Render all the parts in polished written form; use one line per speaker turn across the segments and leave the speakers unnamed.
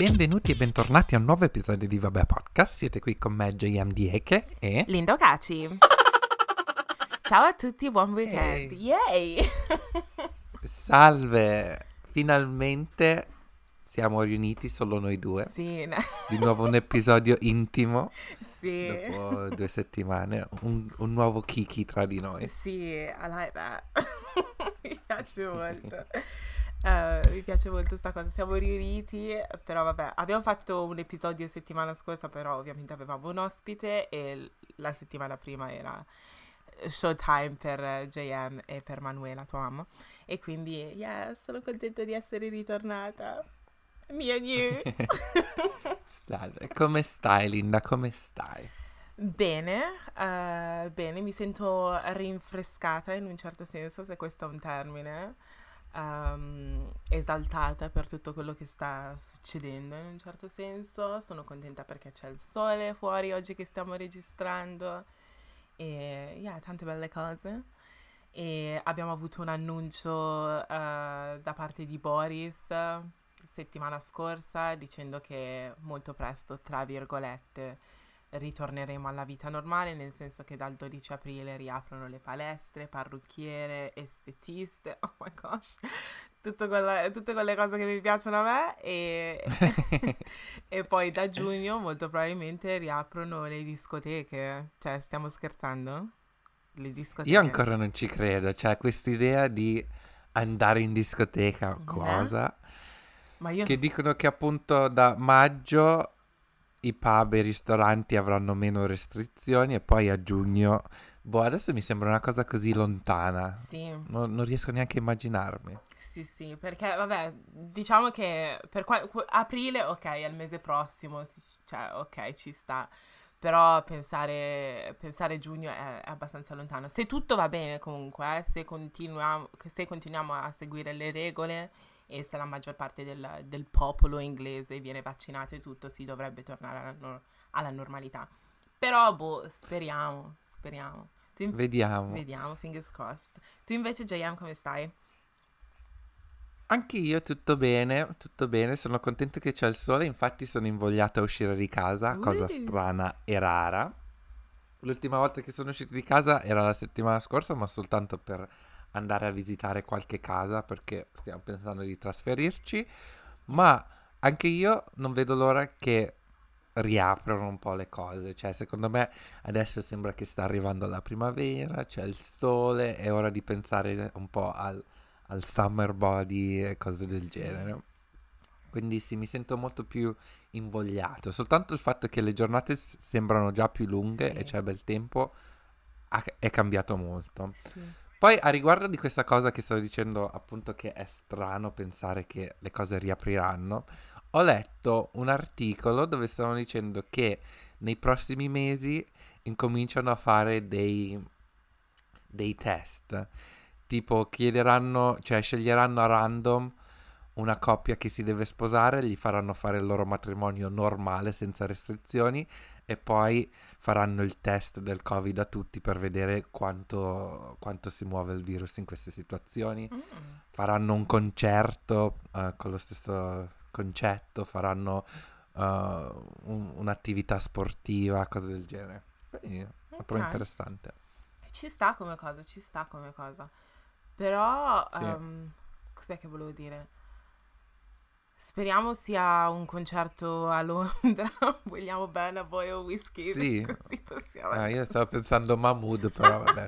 Benvenuti e bentornati a un nuovo episodio di Vabbè Podcast. Siete qui con me, JM Dieke e...
Lindo Caci. Ciao a tutti, buon weekend. Yay!
Salve! Finalmente siamo riuniti, solo noi due.
Sì,
Di nuovo un episodio intimo.
sì.
Dopo 2 settimane. Un nuovo Kiki tra di noi.
Sì, I like that. Mi piace molto. Mi piace molto sta cosa. Siamo riuniti, però vabbè, abbiamo fatto un episodio settimana scorsa, però ovviamente avevamo un ospite e la settimana prima era showtime per JM e per Manuela, tua mamma. E quindi, yeah, sono contenta di essere ritornata. Me and you.
Salve, come stai Linda? Come stai?
Bene, bene, mi sento rinfrescata in un certo senso, se questo è un termine, esaltata per tutto quello che sta succedendo in un certo senso. Sono contenta perché c'è il sole fuori oggi che stiamo registrando e yeah, tante belle cose. E abbiamo avuto un annuncio da parte di Boris settimana scorsa dicendo che molto presto, tra virgolette, ritorneremo alla vita normale, nel senso che dal 12 aprile riaprono le palestre, parrucchiere, estetiste, oh my gosh, tutte quelle cose che mi piacciono a me e poi da giugno molto probabilmente riaprono le discoteche, cioè stiamo scherzando? Le discoteche.
Io ancora non ci credo, cioè quest'idea di andare in discoteca o cosa,
Ma io
che dicono che appunto da maggio i pub e i ristoranti avranno meno restrizioni e poi a giugno, boh, adesso mi sembra una cosa così lontana,
sì.
non riesco neanche a immaginarmi.
Sì, perché vabbè, diciamo che per aprile, ok, è il mese prossimo, cioè ok, ci sta, però pensare giugno è abbastanza lontano. Se tutto va bene comunque, se continuiamo a seguire le regole e se la maggior parte del popolo inglese viene vaccinato e tutto, si dovrebbe tornare alla normalità. Però, boh, speriamo.
Vediamo.
Vediamo, fingers crossed. Tu invece, JM, come stai?
Anche io tutto bene, sono contento che c'è il sole, infatti sono invogliato a uscire di casa, cosa strana e rara. L'ultima volta che sono uscito di casa era la settimana scorsa, ma soltanto per andare a visitare qualche casa perché stiamo pensando di trasferirci. Ma anche io non vedo l'ora che riaprono un po' le cose. Cioè, secondo me adesso sembra che sta arrivando la primavera, c'è il sole, è ora di pensare un po' al summer body e cose del genere. Quindi sì, mi sento molto più invogliato. Soltanto il fatto che le giornate sembrano già più lunghe e c'è bel tempo è cambiato molto.
Sì.
Poi a riguardo di questa cosa che stavo dicendo, appunto che è strano pensare che le cose riapriranno, ho letto un articolo dove stavano dicendo che nei prossimi mesi incominciano a fare dei test. Tipo chiederanno, cioè sceglieranno a random una coppia che si deve sposare, gli faranno fare il loro matrimonio normale senza restrizioni e poi faranno il test del Covid a tutti per vedere quanto si muove il virus in queste situazioni. Faranno un concerto con lo stesso concetto, faranno un'attività sportiva, cose del genere. Quindi è proprio interessante.
Ci sta come cosa. Però,
Sì.
cos'è che volevo dire? Speriamo sia un concerto a Londra. Vogliamo bene a voi o whisky?
Sì.
Così possiamo.
Io stavo pensando Mahmood, però vabbè.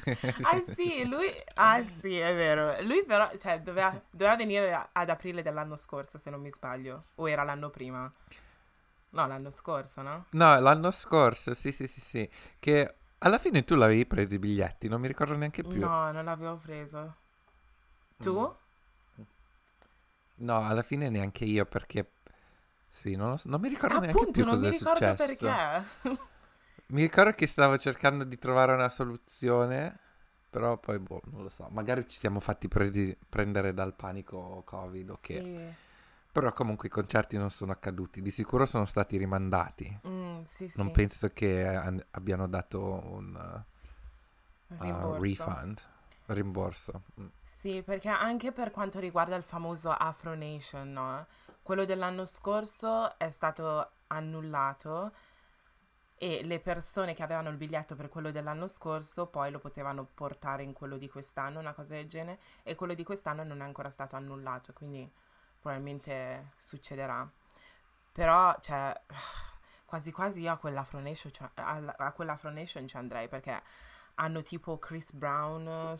Sì, è vero. Lui però, cioè, doveva venire ad aprile dell'anno scorso, se non mi sbaglio. O era l'anno prima? No, l'anno scorso, no?
No, l'anno scorso, sì. Che alla fine tu l'avevi preso i biglietti, non mi ricordo neanche più.
No, non l'avevo preso. Tu?
No, alla fine neanche io perché... Sì, non mi ricordo neanche
Appunto,
più
non
cosa
mi
è
ricordo
successo.
perché.
Mi ricordo che stavo cercando di trovare una soluzione, però poi, boh, non lo so. Magari ci siamo fatti prendere dal panico Covid, ok.
Sì.
Però comunque i concerti non sono accaduti. Di sicuro sono stati rimandati.
Sì.
Non penso che abbiano dato un
Rimborso.
rimborso.
Sì, perché anche per quanto riguarda il famoso Afro Nation, no? quello dell'anno scorso è stato annullato e le persone che avevano il biglietto per quello dell'anno scorso poi lo potevano portare in quello di quest'anno, una cosa del genere, e quello di quest'anno non è ancora stato annullato, quindi probabilmente succederà. Però, cioè, quasi quasi io a quella Afro Nation, a quella Afro Nation ci andrei perché hanno tipo Chris Brown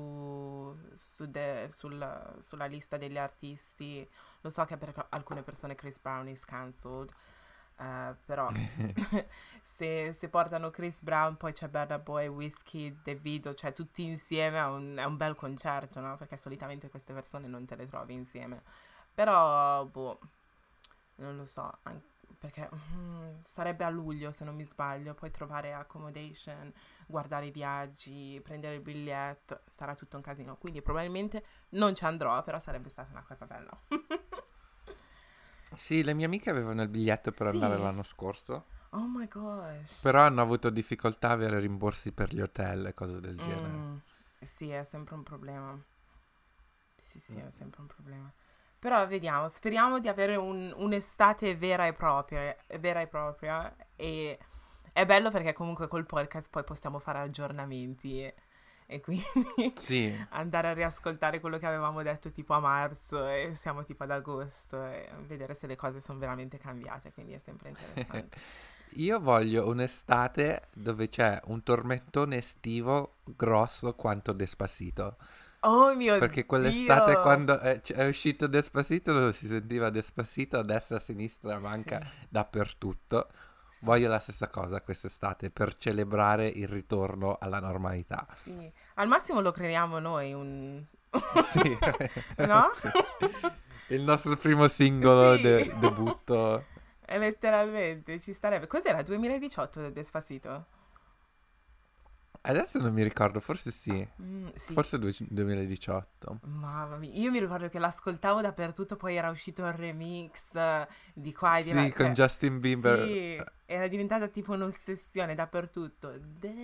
sulla lista degli artisti. Lo so che per alcune persone Chris Brown is cancelled, però se portano Chris Brown, poi c'è Burna Boy, Wizkid, Davido, cioè tutti insieme è un bel concerto, no? Perché solitamente queste persone non te le trovi insieme. Però, boh, non lo so, perché sarebbe a luglio se non mi sbaglio, poi trovare accommodation, guardare i viaggi, prendere il biglietto, sarà tutto un casino. Quindi probabilmente non ci andrò, però sarebbe stata una cosa bella.
Sì, le mie amiche avevano il biglietto per andare
Sì,
l'anno scorso,
oh my gosh.
però hanno avuto difficoltà a avere rimborsi per gli hotel e cose del genere.
Mm, sì, è sempre un problema. Sì, sì,
Mm.
è sempre un problema. Però vediamo, speriamo di avere un'estate vera e propria. E è bello perché comunque col podcast poi possiamo fare aggiornamenti e quindi
Sì.
andare a riascoltare quello che avevamo detto tipo a marzo e siamo tipo ad agosto e vedere se le cose sono veramente cambiate, quindi è sempre interessante.
Io voglio un'estate dove c'è un tormentone estivo grosso quanto Despacito.
Oh mio
Perché quell'estate
Dio!
quando è uscito Despacito si sentiva Despacito a destra e a sinistra, ma anche
Sì,
dappertutto.
sì,
Voglio la stessa cosa quest'estate per celebrare il ritorno alla normalità.
sì. Al massimo lo creiamo noi,
Sì,
no?
sì. Il nostro primo singolo
Sì,
debutto.
letteralmente ci starebbe. Cos'era 2018 del Despacito?
Adesso non mi ricordo, forse sì.
Sì,
Forse 2018.
mamma mia. Io mi ricordo che l'ascoltavo dappertutto, poi era uscito il remix di qua e di là.
Sì, con
Cioè,
Justin Bieber.
sì, era diventata tipo un'ossessione dappertutto.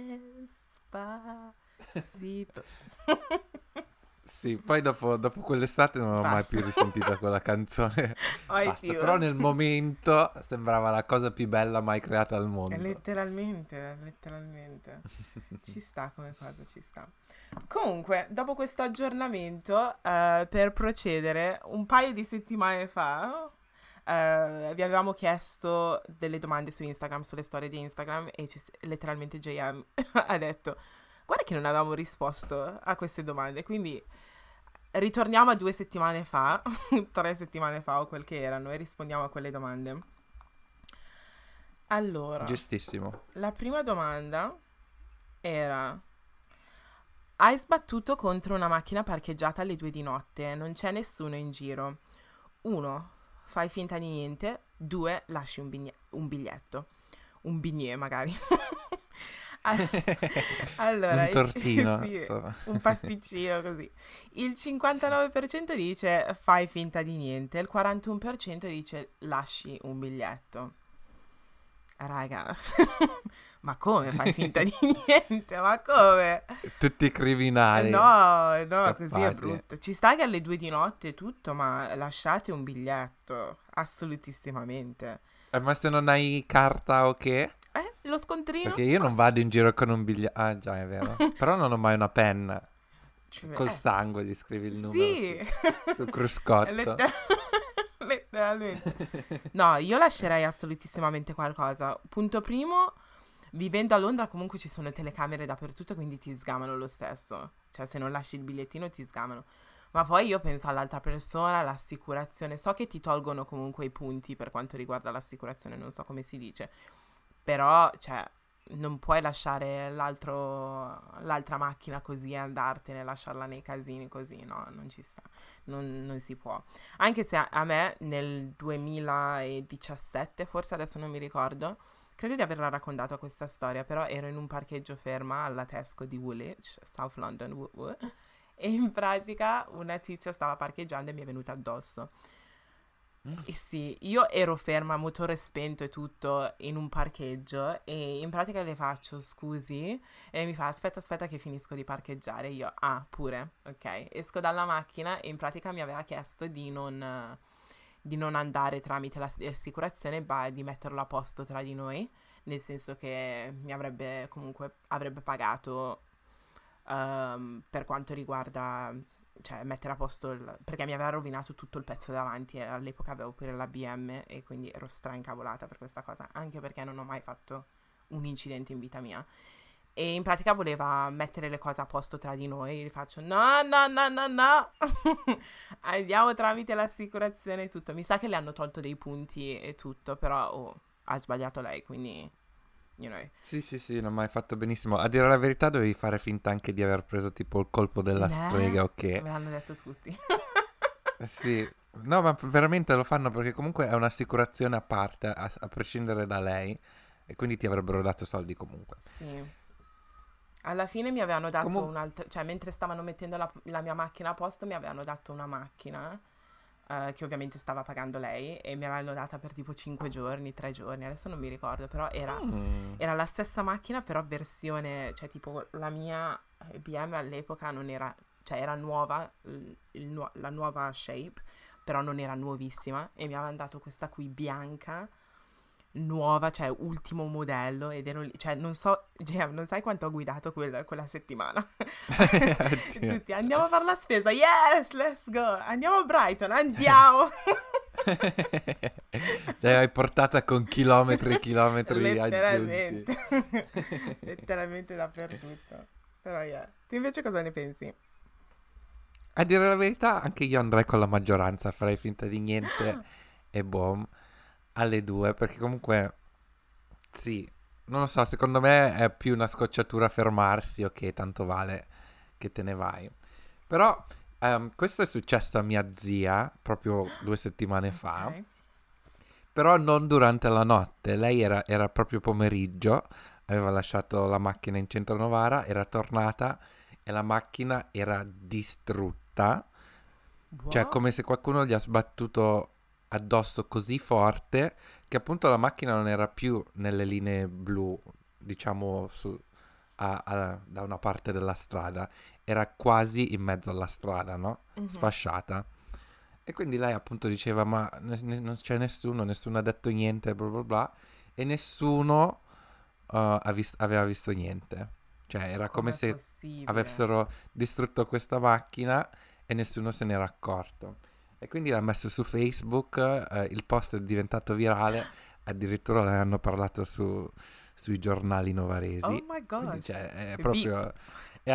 Despacito.
Sì, poi dopo quell'estate non ho mai
Basta.
più risentito quella canzone.
Mai
Basta,
più.
però nel momento sembrava la cosa più bella mai creata al mondo.
Letteralmente, letteralmente. Ci sta come cosa, ci sta. Comunque, dopo questo aggiornamento, per procedere, un paio di settimane fa, vi avevamo chiesto delle domande su Instagram, sulle storie di Instagram, e letteralmente JM ha detto, guarda che non avevamo risposto a queste domande, quindi ritorniamo a 2 settimane fa, 3 settimane fa o quel che erano, e rispondiamo a quelle domande. Allora,
Giustissimo.
la prima domanda era: hai sbattuto contro una macchina parcheggiata alle 2 di notte, non c'è nessuno in giro. 1. Fai finta di niente. 2. Lasci un biglietto. Un bignè magari. Al- Allora,
Un tortino,
sì,
insomma.
un pasticcino così. Il 59% dice fai finta di niente, il 41% dice lasci un biglietto. Raga, ma come fai finta di niente? Ma come?
Tutti criminali
No, no, così è
scappati.
brutto. Ci sta che alle 2 di notte e tutto, ma lasciate un biglietto, assolutissimamente.
Ma se non hai carta o che?
Lo scontrino?
Perché io non vado in giro con un biglietto. Ah, già, è vero. Però non ho mai una penna. Col sangue gli scrivi il numero
Sì,
sul cruscotto.
Letter- letteralmente. No, io lascerei assolutissimamente qualcosa. Punto primo, vivendo a Londra comunque ci sono telecamere dappertutto, quindi ti sgamano lo stesso. Cioè, se non lasci il bigliettino ti sgamano. Ma poi io penso all'altra persona, l'assicurazione. So che ti tolgono comunque i punti per quanto riguarda l'assicurazione, non so come si dice. Però, cioè, non puoi lasciare l'altra macchina così e andartene, lasciarla nei casini così, no, non ci sta, non si può. Anche se a me nel 2017, forse adesso non mi ricordo, credo di averla raccontato questa storia, però ero in un parcheggio ferma alla Tesco di Woolwich, South London, e in pratica una tizia stava parcheggiando e mi è venuta addosso. E sì, io ero ferma, motore spento e tutto, in un parcheggio e in pratica le faccio scusi e lei mi fa aspetta che finisco di parcheggiare. Io, pure, ok. Esco dalla macchina e in pratica mi aveva chiesto di non andare tramite l'assicurazione, ma di metterlo a posto tra di noi, nel senso che mi avrebbe pagato per quanto riguarda, cioè mettere a posto perché mi aveva rovinato tutto il pezzo davanti e all'epoca avevo pure la BM e quindi ero incavolata per questa cosa, anche perché non ho mai fatto un incidente in vita mia. E in pratica voleva mettere le cose a posto tra di noi. Gli faccio no, no, no, no, no. Andiamo tramite l'assicurazione e tutto. Mi sa che le hanno tolto dei punti e tutto, però ha sbagliato lei, quindi, you know.
Sì, non mi hai fatto benissimo. A dire la verità dovevi fare finta anche di aver preso tipo il colpo della strega, ok?
Me l'hanno detto tutti.
Sì, no, ma veramente lo fanno perché comunque è un'assicurazione a parte, a prescindere da lei, e quindi ti avrebbero dato soldi comunque.
Sì. Alla fine mi avevano dato un'altra, cioè mentre stavano mettendo la mia macchina a posto mi avevano dato una macchina che ovviamente stava pagando lei e me l'hanno data per tipo 5 giorni, 3 giorni, adesso non mi ricordo, però era la stessa macchina però versione, cioè tipo la mia BM all'epoca non era, cioè era nuova, la nuova shape, però non era nuovissima e mi avevano dato questa qui bianca nuova, cioè ultimo modello ed ero lì, cioè non so, non sai quanto ho guidato quella settimana. Tutti andiamo a fare la spesa, yes, let's go, andiamo a Brighton, andiamo.
L'hai portata con chilometri e chilometri
letteralmente letteralmente dappertutto, però tu invece cosa ne pensi?
A dire la verità anche io andrei con la maggioranza, farei finta di niente e boom, alle due, perché comunque sì, non lo so, secondo me è più una scocciatura fermarsi, ok, tanto vale che te ne vai. Però questo è successo a mia zia proprio 2 settimane fa,
Ok.
però non durante la notte, lei era proprio pomeriggio, aveva lasciato la macchina in centro Novara, era tornata e la macchina era distrutta, cioè
What?
come se qualcuno gli ha sbattuto addosso così forte che appunto la macchina non era più nelle linee blu, diciamo da una parte della strada, era quasi in mezzo alla strada, no?
Mhm.
Sfasciata. E quindi lei appunto diceva ma non c'è nessuno ha detto niente, bla bla bla, e nessuno aveva visto niente. Cioè era come
Com'è
se
possibile?
avessero distrutto questa macchina e nessuno se n'era accorto. E quindi l'ha messo su Facebook, il post è diventato virale, addirittura ne hanno parlato sui giornali
Oh
novaresi.
my
Quindi
gosh,
cioè, è
VIP.
proprio... E,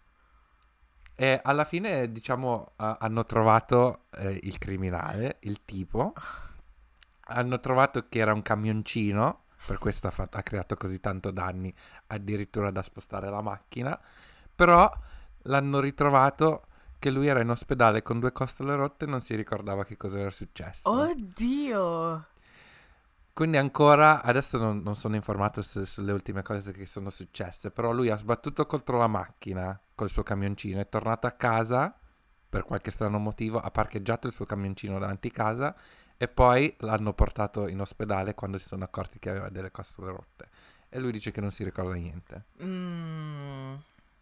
e alla fine, diciamo, hanno trovato il criminale, il tipo. Hanno trovato che era un camioncino, per questo ha creato così tanto danni, addirittura da spostare la macchina. Però l'hanno ritrovato che lui era in ospedale con 2 costole rotte e non si ricordava che cosa era successo.
Oddio.
Quindi ancora, adesso non sono informato sulle ultime cose che sono successe, però lui ha sbattuto contro la macchina col suo camioncino, è tornato a casa, per qualche strano motivo, ha parcheggiato il suo camioncino davanti a casa e poi l'hanno portato in ospedale quando si sono accorti che aveva delle costole rotte. E lui dice che non si ricorda niente.
Mm.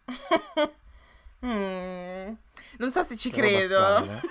Mm. Non so se ci
Che roba
credo.
strana,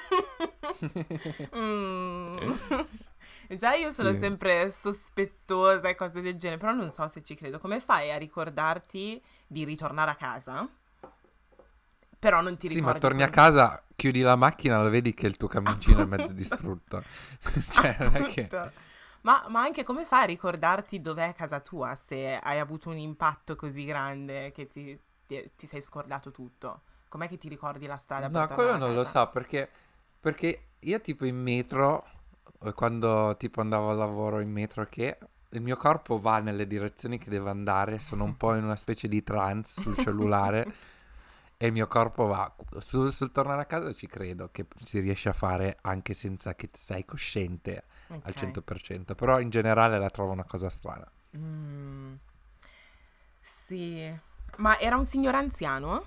Mm. Già io sono
Sì.
sempre sospettosa e cose del genere, però non so se ci credo. Come fai a ricordarti di ritornare a casa? Però non ti
Sì, ma
ricordi
torni a
quello.
casa, chiudi la macchina, lo vedi che il tuo camioncino è mezzo
Appunto.
distrutto. Cioè, non è che...
Appunto. Ma anche come fai a ricordarti dov'è casa tua se hai avuto un impatto così grande che ti sei scordato tutto? Com'è che ti ricordi la strada per
No,
tornare
quello
a
non lo
casa?
so, perché io tipo in metro, quando tipo andavo al lavoro in metro, che il mio corpo va nelle direzioni che deve andare, sono un po' in una specie di trance sul cellulare e il mio corpo va. Sul tornare a casa ci credo che si riesce a fare anche senza che sei cosciente al
Ok.
100%, però in generale la trovo una cosa strana.
Mm, sì. Ma era un signore anziano?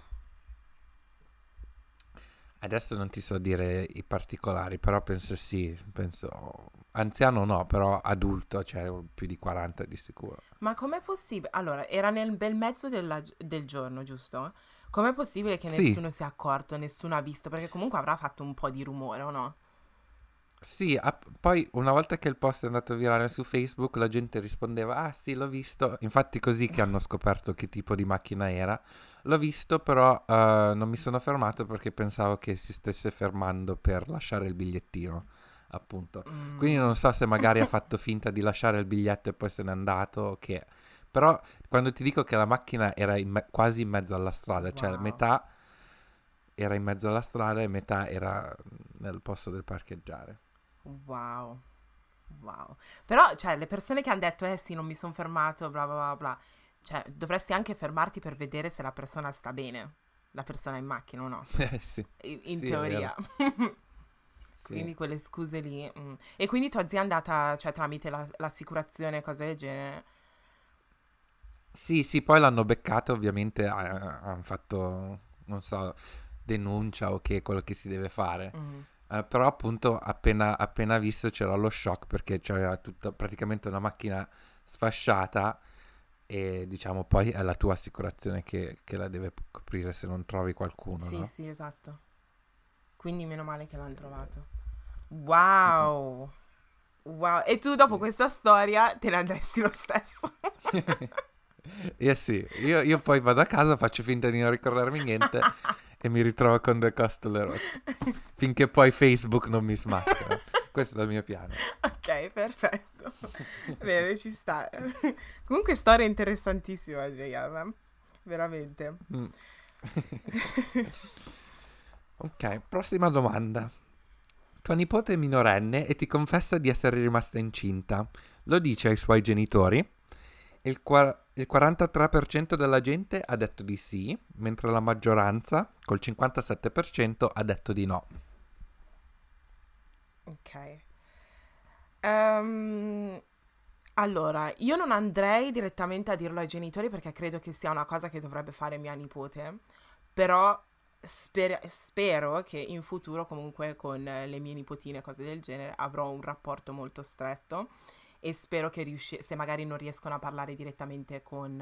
Adesso non ti so dire i particolari, però penso sì, penso anziano no, però adulto, cioè più di 40 di sicuro.
Ma com'è possibile? Allora, era nel bel mezzo del giorno, giusto? Com'è possibile che
Sì,
nessuno si è accorto, nessuno ha visto? Perché comunque avrà fatto un po' di rumore, o no?
Sì, poi una volta che il post è andato virale su Facebook, la gente rispondeva, ah sì, l'ho visto. Infatti così che hanno scoperto che tipo di macchina era. L'ho visto, però non mi sono fermato perché pensavo che si stesse fermando per lasciare il bigliettino, appunto. Quindi
Mm.
non so se magari ha fatto finta di lasciare il biglietto e poi se n'è andato o che. Però quando ti dico che la macchina era quasi in mezzo alla strada, cioè
Wow,
metà era in mezzo alla strada e metà era nel posto del parcheggiare.
wow, wow. Però, cioè, le persone che hanno detto, eh sì, non mi sono fermato, bla bla bla bla, cioè, dovresti anche fermarti per vedere se la persona sta bene, la persona in macchina o no,
Sì,
in
sì, è vero.
teoria.
Sì.
Quindi quelle scuse lì. E quindi tua zia è andata, cioè, tramite l'assicurazione, cose del genere.
Sì, sì, poi l'hanno beccato, ovviamente hanno fatto, non so, denuncia o che quello che si deve fare.
Mm.
Però appunto appena visto c'era lo shock perché c'era tutta praticamente una macchina sfasciata e diciamo poi è la tua assicurazione che la deve coprire se non trovi qualcuno,
Sì,
no?
sì, esatto. Quindi meno male che l'hanno trovato.
Mm-mm.
Wow. Wow. E tu dopo
Sì.
questa storia te ne andresti lo stesso.
Sì, io poi vado a casa, faccio finta di non ricordarmi niente e mi ritrovo con due costole rotte. Finché poi Facebook non mi smaschera. Questo è il mio piano.
Ok, perfetto. Bene, ci sta. Comunque storia interessantissima, JM. Veramente.
Mm. Ok, prossima domanda. Tua nipote è minorenne e ti confessa di essere rimasta incinta. Lo dice ai suoi genitori? Il 43% della gente ha detto di sì, mentre la maggioranza, col 57%, ha detto di no.
Ok. Ehm, allora, io non andrei direttamente a dirlo ai genitori perché credo che sia una cosa che dovrebbe fare mia nipote, però spero che in futuro comunque con le mie nipotine e cose del genere avrò un rapporto molto stretto e spero che se magari non riescono a parlare direttamente con,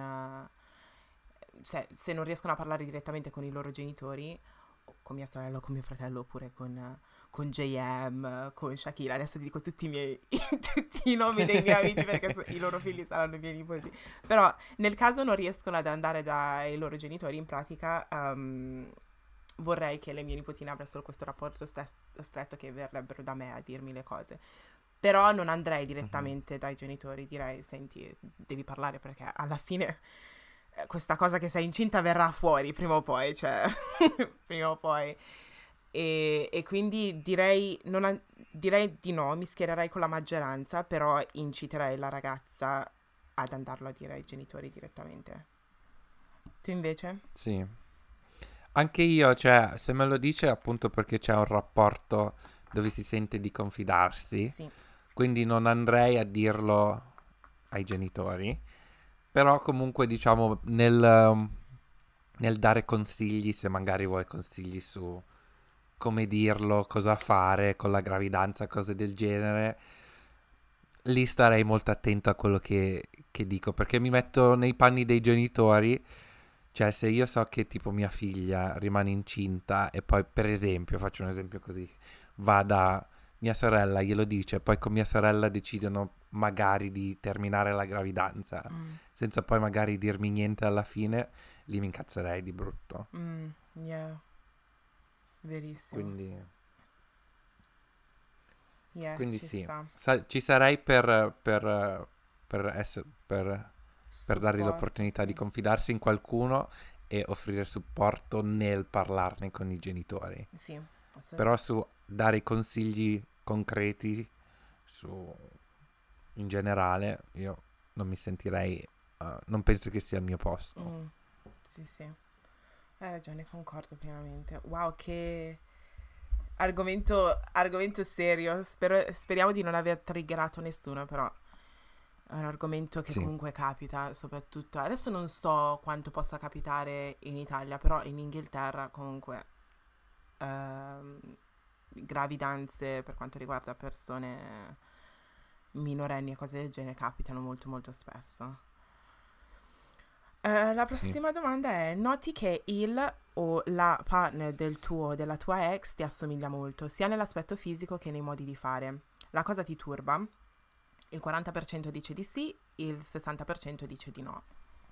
se non riescono a parlare direttamente con i loro genitori, o con mia sorella o con mio fratello oppure con JM, con Shakira, adesso ti dico tutti i miei, tutti i nomi dei miei amici perché i loro figli saranno i miei nipoti, però nel caso non riescono ad andare dai loro genitori, in pratica vorrei che le mie nipotine avessero questo rapporto stretto che verrebbero da me a dirmi le cose. Però non andrei
Mhm.
direttamente dai genitori, direi, senti, devi parlare perché alla fine questa cosa che sei incinta verrà fuori prima o poi, cioè, prima o poi. E quindi direi di no, mi schiererei con la maggioranza, però inciterei la ragazza ad andarlo a dire ai genitori direttamente. Tu invece?
Sì. Anche io, cioè, se me lo dice è appunto perché c'è un rapporto dove si sente di confidarsi,
Sì.
quindi non andrei a dirlo ai genitori, però comunque diciamo nel dare consigli, se magari vuoi consigli su come dirlo, cosa fare con la gravidanza, cose del genere, lì starei molto attento a quello che dico, perché mi metto nei panni dei genitori. Cioè, se io so che tipo mia figlia rimane incinta e poi, per esempio, faccio un esempio così, va da mia sorella, glielo dice, poi con mia sorella decidono magari di terminare la gravidanza,
Mm,
senza poi magari dirmi niente alla fine, lì mi incazzerei di brutto.
yeah, verissimo.
Quindi,
Yeah,
quindi
ci
sì,
sta.
ci sarei per dargli
Supporto,
l'opportunità di
sì.
confidarsi in qualcuno e offrire supporto nel parlarne con i genitori.
Sì,
Però
assolutamente.
su dare consigli concreti su in generale io non mi sentirei non penso che sia il mio posto.
Mm, sì, sì. Hai ragione, concordo pienamente. Wow, che argomento serio. Speriamo di non aver triggerato nessuno, però è un argomento che
Sì,
comunque capita, soprattutto. Adesso non so quanto possa capitare in Italia, però in Inghilterra comunque ehm, gravidanze per quanto riguarda persone minorenni e cose del genere capitano molto molto spesso. La
sì.
prossima domanda è: noti che il o la partner del tuo della tua ex ti assomiglia molto, sia nell'aspetto fisico che nei modi di fare. La cosa ti turba? Il 40% dice di sì, il 60% dice di no.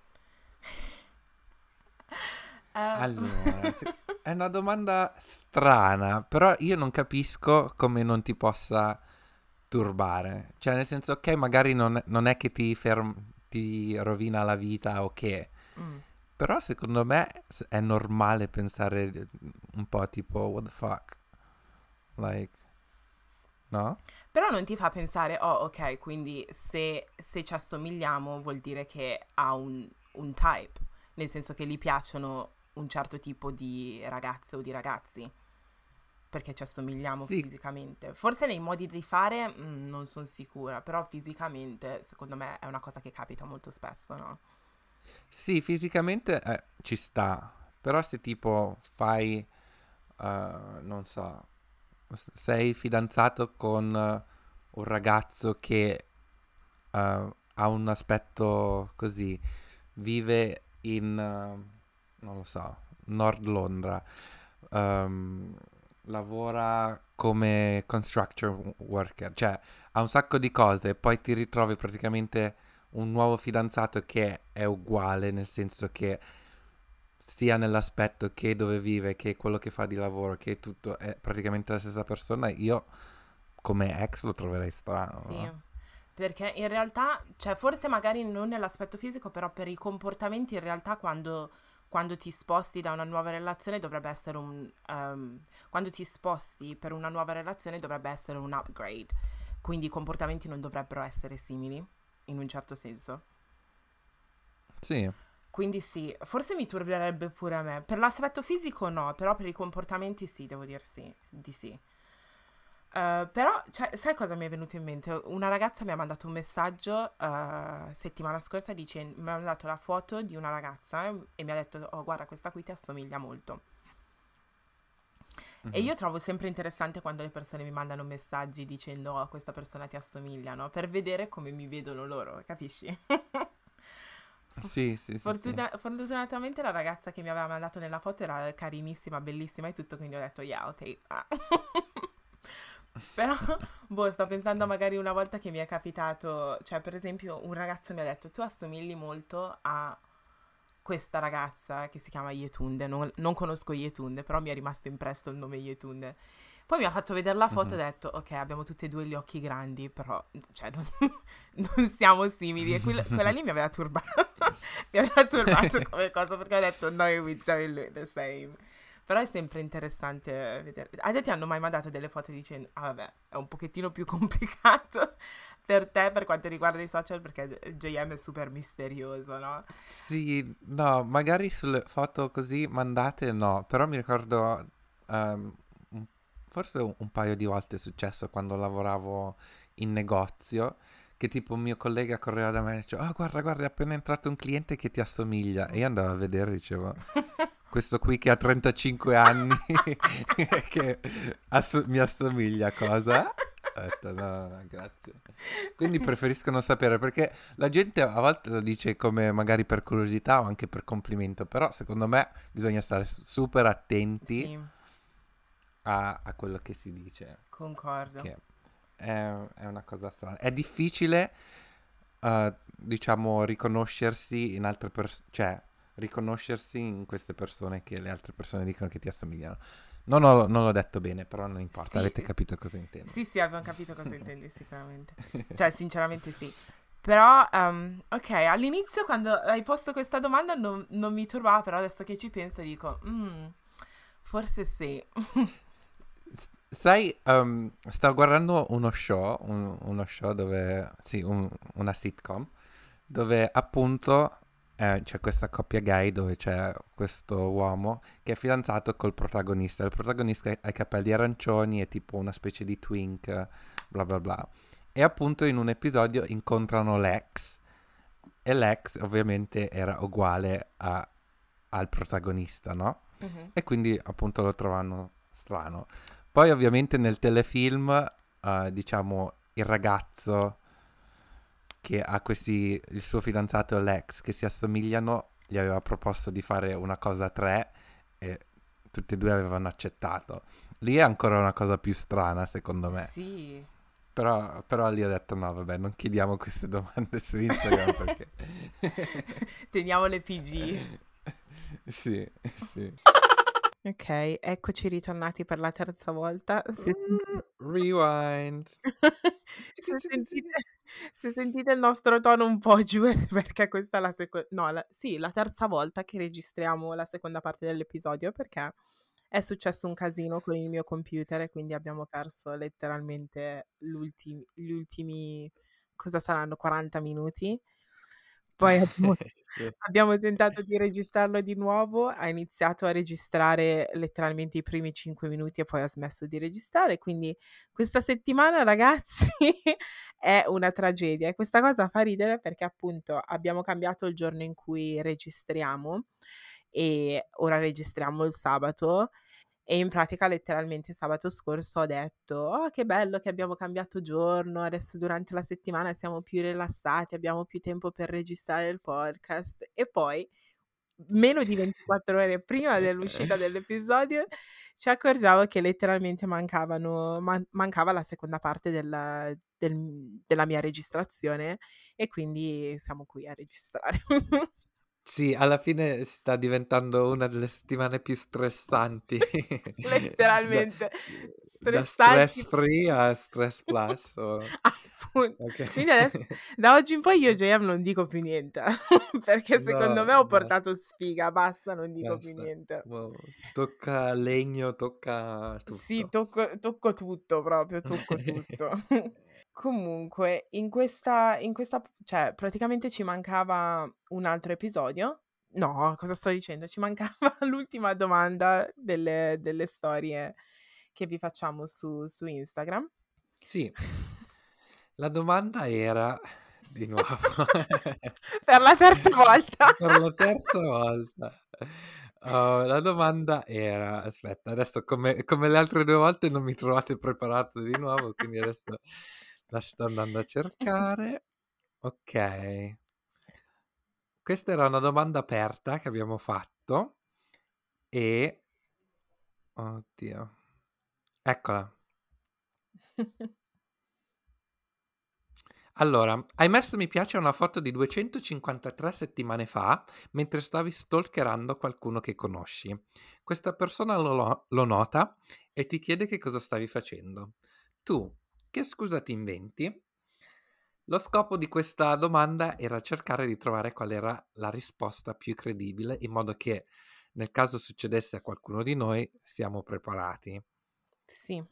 Allora, è una domanda strana, però io non capisco come non ti possa turbare. Cioè, nel senso, ok, magari non è che ti rovina la vita o che,
Mm.
però secondo me è normale pensare un po' tipo, what the fuck? Like, no?
Però non ti fa pensare, oh ok, quindi se ci assomigliamo vuol dire che ha un type, nel senso che gli piacciono un certo tipo di ragazze o di ragazzi, perché ci assomigliamo
Sì,
fisicamente. Forse nei modi di fare non sono sicura, però fisicamente secondo me è una cosa che capita molto spesso, no?
sì, fisicamente ci sta, però se tipo fai, non so, sei fidanzato con un ragazzo che ha un aspetto così, vive in, non lo so, Nord Londra, ehm, lavora come construction worker, cioè ha un sacco di cose, poi ti ritrovi praticamente un nuovo fidanzato che è uguale, nel senso che sia nell'aspetto che dove vive, che quello che fa di lavoro, che tutto è praticamente la stessa persona, io come ex lo troverei strano,
Sì,
no?
perché in realtà, cioè forse magari non nell'aspetto fisico, però per i comportamenti in realtà quando ti sposti da una nuova relazione dovrebbe essere quando ti sposti per una nuova relazione dovrebbe essere un upgrade, quindi i comportamenti non dovrebbero essere simili, in un certo senso.
Sì,
Quindi sì, forse mi turberebbe pure a me. Per l'aspetto fisico no, però per i comportamenti sì, devo dir sì, di sì. Però, cioè, sai cosa mi è venuto in mente? Una ragazza mi ha mandato un messaggio settimana scorsa mi ha mandato la foto di una ragazza e mi ha detto, oh guarda, questa qui ti assomiglia molto. E
mhm.
io trovo sempre interessante quando le persone mi mandano messaggi dicendo, oh, questa persona ti assomiglia, no? Per vedere come mi vedono loro, capisci?
Sì, sì, sì, sì.
Fortunatamente la ragazza che mi aveva mandato nella foto era carinissima, bellissima e tutto, quindi ho detto, yeah, ok. Ah. Però, boh, sto pensando magari una volta che mi è capitato, cioè per esempio un ragazzo mi ha detto, tu assomigli molto a questa ragazza che si chiama Yetunde, non conosco Yetunde, però mi è rimasto impresso il nome Yetunde. Poi mi ha fatto vedere la foto e
Mhm.
ho detto, ok, abbiamo tutti e due gli occhi grandi, però, cioè, non siamo simili. E quella lì mi aveva turbato, mi aveva turbato come cosa, perché ho detto, no, we don't look the same. Però è sempre interessante vedere. A te ti hanno mai mandato delle foto dicendo, ah vabbè, è un pochettino più complicato per te per quanto riguarda i social, perché JM è super misterioso, no?
Sì, no, magari sulle foto così mandate no, però mi ricordo ehm, un- forse un paio di volte è successo quando lavoravo in negozio, che tipo un mio collega correva da me e diceva, oh guarda, guarda, è appena entrato un cliente che ti assomiglia. E
Mm.
io andavo a vedere e dicevo, questo qui che ha 35 anni che mi assomiglia a cosa? Ho detto, no, no, no, grazie. Quindi preferisco non sapere perché la gente a volte lo dice come magari per curiosità o anche per complimento, però secondo me bisogna stare super attenti
Sì,
a quello che si dice,
concordo.
perché è una cosa strana. È difficile, diciamo, riconoscersi in altre persone, cioè riconoscersi in queste persone che le altre persone dicono che ti assomigliano. Non l'ho detto bene, però non importa,
Sì,
avete capito cosa intendo.
sì, abbiamo capito cosa intendi sicuramente. Cioè, sinceramente sì. Però, ok, all'inizio quando hai posto questa domanda non mi turbava, però adesso che ci penso dico, forse sì.
Sai, sto guardando uno show, uno show dove, sì, una sitcom, dove appunto c'è questa coppia gay dove c'è questo uomo che è fidanzato col protagonista. Il protagonista ha i capelli arancioni, è tipo una specie di twink, bla bla bla. E appunto in un episodio incontrano l'ex e l'ex ovviamente era uguale al protagonista, no?
Mhm.
E quindi appunto lo trovano strano. Poi ovviamente nel telefilm, diciamo, il ragazzo che ha il suo fidanzato e l'ex che si assomigliano, gli aveva proposto di fare una cosa a tre e tutti e due avevano accettato. Lì è ancora una cosa più strana, secondo me.
Sì.
Però lì ho detto no, vabbè, non chiediamo queste domande su Instagram perché...
Teniamole PG.
Sì, sì.
Ok, eccoci ritornati per la terza volta.
Rewind.
Se sentite, se sentite il nostro tono un po' giù è perché questa è la seconda, no, sì, la terza volta che registriamo la seconda parte dell'episodio perché è successo un casino con il mio computer e quindi abbiamo perso letteralmente gli ultimi, cosa saranno, 40 minuti. Poi
Sì.
abbiamo tentato di registrarlo di nuovo, ha iniziato a registrare letteralmente i primi 5 minuti e poi ha smesso di registrare, quindi questa settimana ragazzi è una tragedia e questa cosa fa ridere perché appunto abbiamo cambiato il giorno in cui registriamo e ora registriamo il sabato e in pratica letteralmente sabato scorso ho detto: "Oh, che bello che abbiamo cambiato giorno, adesso durante la settimana siamo più rilassati, abbiamo più tempo per registrare il podcast." E poi, meno di 24 ore prima dell'uscita dell'episodio, ci accorgiamo che letteralmente mancava la seconda parte della mia registrazione e quindi siamo qui a registrare.
Sì, alla fine sta diventando una delle settimane più stressanti. Da,
Letteralmente
da stress
stressanti.
free a stress plus.
Appunto.
Ok.
Quindi adesso da oggi in poi io JM non dico più niente, perché secondo
No,
me ho
no,
portato sfiga, basta, non dico più
basta.
niente.
Wow, tocca legno, tocca
Sì,
tutto.
tocco tutto proprio, tocco tutto. Comunque in questa cioè praticamente ci mancava un altro episodio. No, cosa sto dicendo? Ci mancava l'ultima domanda delle storie che vi facciamo su Instagram.
Sì, la domanda era, di nuovo,
Per la terza volta.
per la terza volta. La domanda era, aspetta, adesso come le altre due volte non mi trovate preparato di nuovo, quindi adesso la sto andando a cercare. Ok, questa era una domanda aperta che abbiamo fatto e... Oddio, eccola. Allora, hai messo mi piace a una foto di 253 settimane fa mentre stavi stalkerando qualcuno che conosci. Questa persona lo nota e ti chiede che cosa stavi facendo. Tu, che scusa ti inventi? Lo scopo di questa domanda era cercare di trovare qual era la risposta più credibile, in modo che nel caso succedesse a qualcuno di noi siamo preparati.
Sì.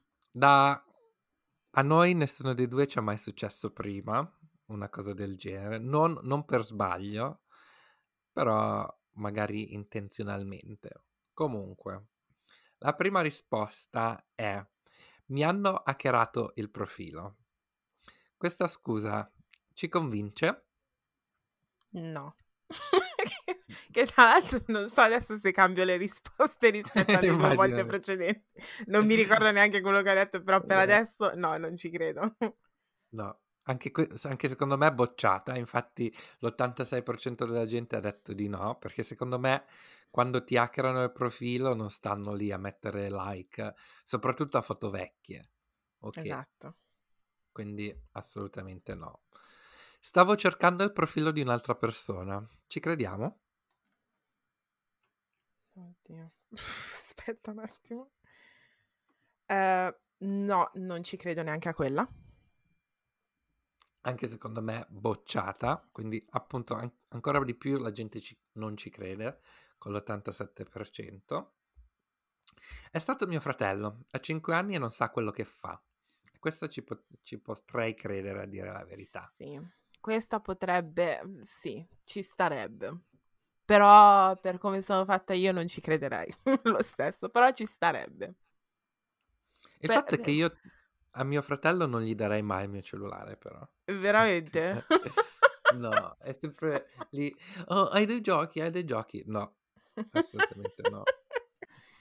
A noi nessuno dei due ci è mai successo prima una cosa del genere, non per sbaglio, però magari intenzionalmente. Comunque, la prima risposta è: mi hanno hackerato il profilo. Questa scusa ci convince?
No. Che tra l'altro non so adesso se cambio le risposte rispetto alle 2 volte
Immagino.
precedenti. Non mi ricordo neanche quello che ho detto, però per
Eh,
adesso no, non ci credo.
No, anche secondo me è bocciata, infatti l'86% della gente ha detto di no, perché secondo me quando ti hackerano il profilo non stanno lì a mettere like, soprattutto a foto vecchie, ok?
Esatto.
Quindi assolutamente no. Stavo cercando il profilo di un'altra persona, ci crediamo?
Oddio. Aspetta un attimo. No, non ci credo neanche a quella.
Anche secondo me bocciata, quindi appunto ancora di più la gente non ci crede, con l'87%. È stato mio fratello, ha 5 anni e non sa quello che fa. Questo ci potrei credere, a dire la verità.
Sì, questa potrebbe sì, ci starebbe. Però per come sono fatta io non ci crederei lo stesso, però ci starebbe.
Il fatto è che io a mio fratello non gli darei mai il mio cellulare, però.
Veramente?
No, è sempre lì. Oh, hai dei giochi? Hai dei giochi? No, assolutamente no.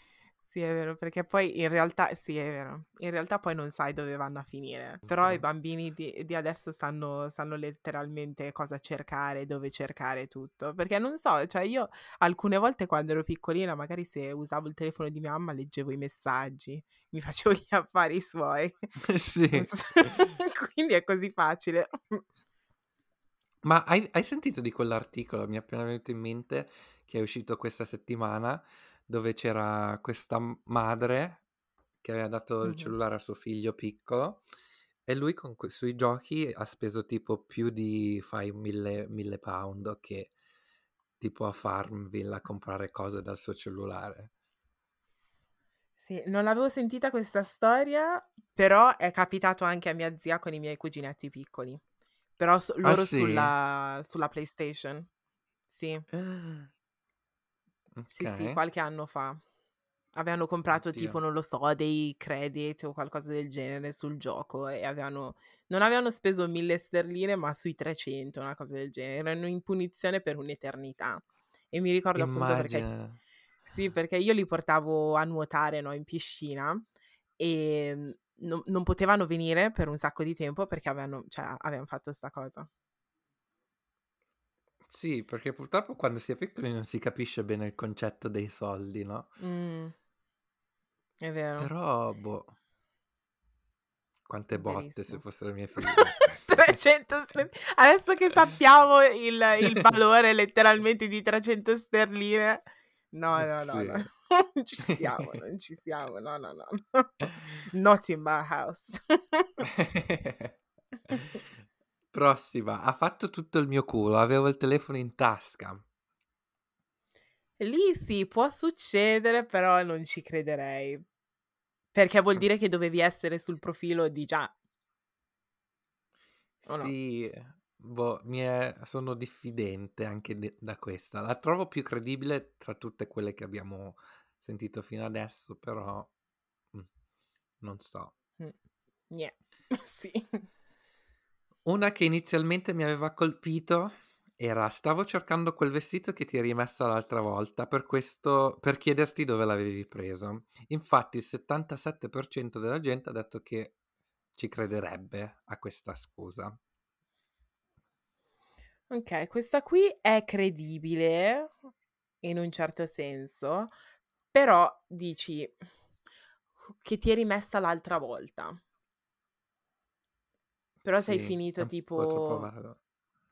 Sì, è vero, perché poi in realtà, sì, è vero, in realtà poi non sai dove vanno a finire, però i bambini di adesso sanno letteralmente cosa cercare, dove cercare tutto, perché non so, cioè io alcune volte quando ero piccolina, magari se usavo il telefono di mia mamma, leggevo i messaggi, mi facevo gli affari suoi, non
Sì.
so quindi è così facile.
Ma hai sentito di quell'articolo, mi è appena venuto in mente, che è uscito questa settimana, dove c'era questa madre che aveva dato il
Mh-mh.
cellulare a suo figlio piccolo e lui sui giochi ha speso tipo più di, fai, 1000 pound che tipo a Farmville a comprare cose dal suo cellulare.
Sì, non l'avevo sentita questa storia, però è capitato anche a mia zia con i miei cuginetti piccoli. Però
Ah
loro
sì?
sulla PlayStation. Sì,
Ah,
sì, sì,
ok,
qualche anno fa. Avevano comprato tipo,
oddio.
non lo so, dei credit o qualcosa del genere sul gioco e non avevano speso 1000 sterline, ma sui 300, una cosa del genere. Erano in punizione per un'eternità. E mi ricordo appunto perché,
Immagina.
sì, perché io li portavo a nuotare, no, in piscina e non potevano venire per un sacco di tempo perché avevano fatto sta cosa.
Sì, perché purtroppo quando si è piccoli non si capisce bene il concetto dei soldi, no?
Mm, è vero,
Però, boh, quante botte se
verissimo.
fossero i miei figli. No, scherzo.
300 adesso che sappiamo il valore letteralmente di 300 sterline, no, no, no, no,
Sì.
non ci siamo, non ci siamo, no, no, no, no. Not in my house.
Prossima. Ha fatto tutto il mio culo. Avevo il telefono in tasca.
Lì sì, può succedere, però non ci crederei, perché vuol dire che dovevi essere sul profilo di già, o no?
Sì, boh, sono diffidente anche da questa. La trovo più credibile tra tutte quelle che abbiamo sentito fino adesso, però mm, non so.
Mh. Neh. Sì.
Una che inizialmente mi aveva colpito era: stavo cercando quel vestito che ti eri messa l'altra volta, per chiederti dove l'avevi preso. Infatti il 77% della gente ha detto che ci crederebbe a questa scusa.
Okay, questa qui è credibile, in un certo senso, però dici che ti eri messa l'altra volta, però sei
Sì, è
finito
un po' troppo
tipo
vago.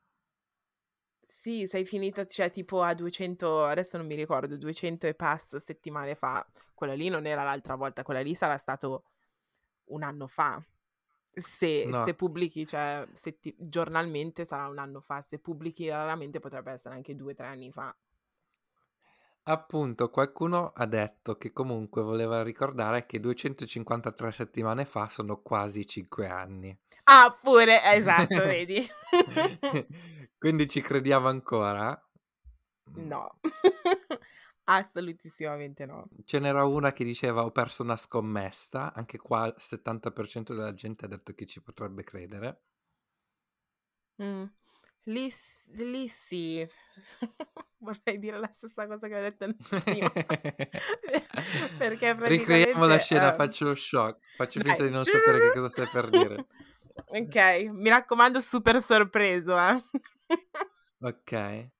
sì, sei finito cioè tipo a 200 adesso non mi ricordo, 200 e passa settimane fa. Quella lì non era l'altra volta, quella lì sarà stato 1 anno fa. Se
No,
pubblichi, cioè giornalmente sarà 1 anno fa, se pubblichi raramente potrebbe essere anche 2, 3 anni fa.
appunto, qualcuno ha detto che comunque voleva ricordare che 253 settimane fa sono quasi 5 anni.
Ah, pure, esatto, vedi?
Quindi ci crediamo ancora? Mm.
No. Assolutissimamente no.
Ce n'era una che diceva: ho perso una scommessa, anche qua il 70% della gente ha detto che ci potrebbe credere.
Mh. Lì sì. Vorrei dire la stessa cosa che ho detto prima. Perché
Ricreiamo la
praticamente,
scena, faccio lo shock, faccio finta
dai.
di non sapere che cosa stai per dire.
Okay, mi raccomando super sorpreso, eh.
Ok,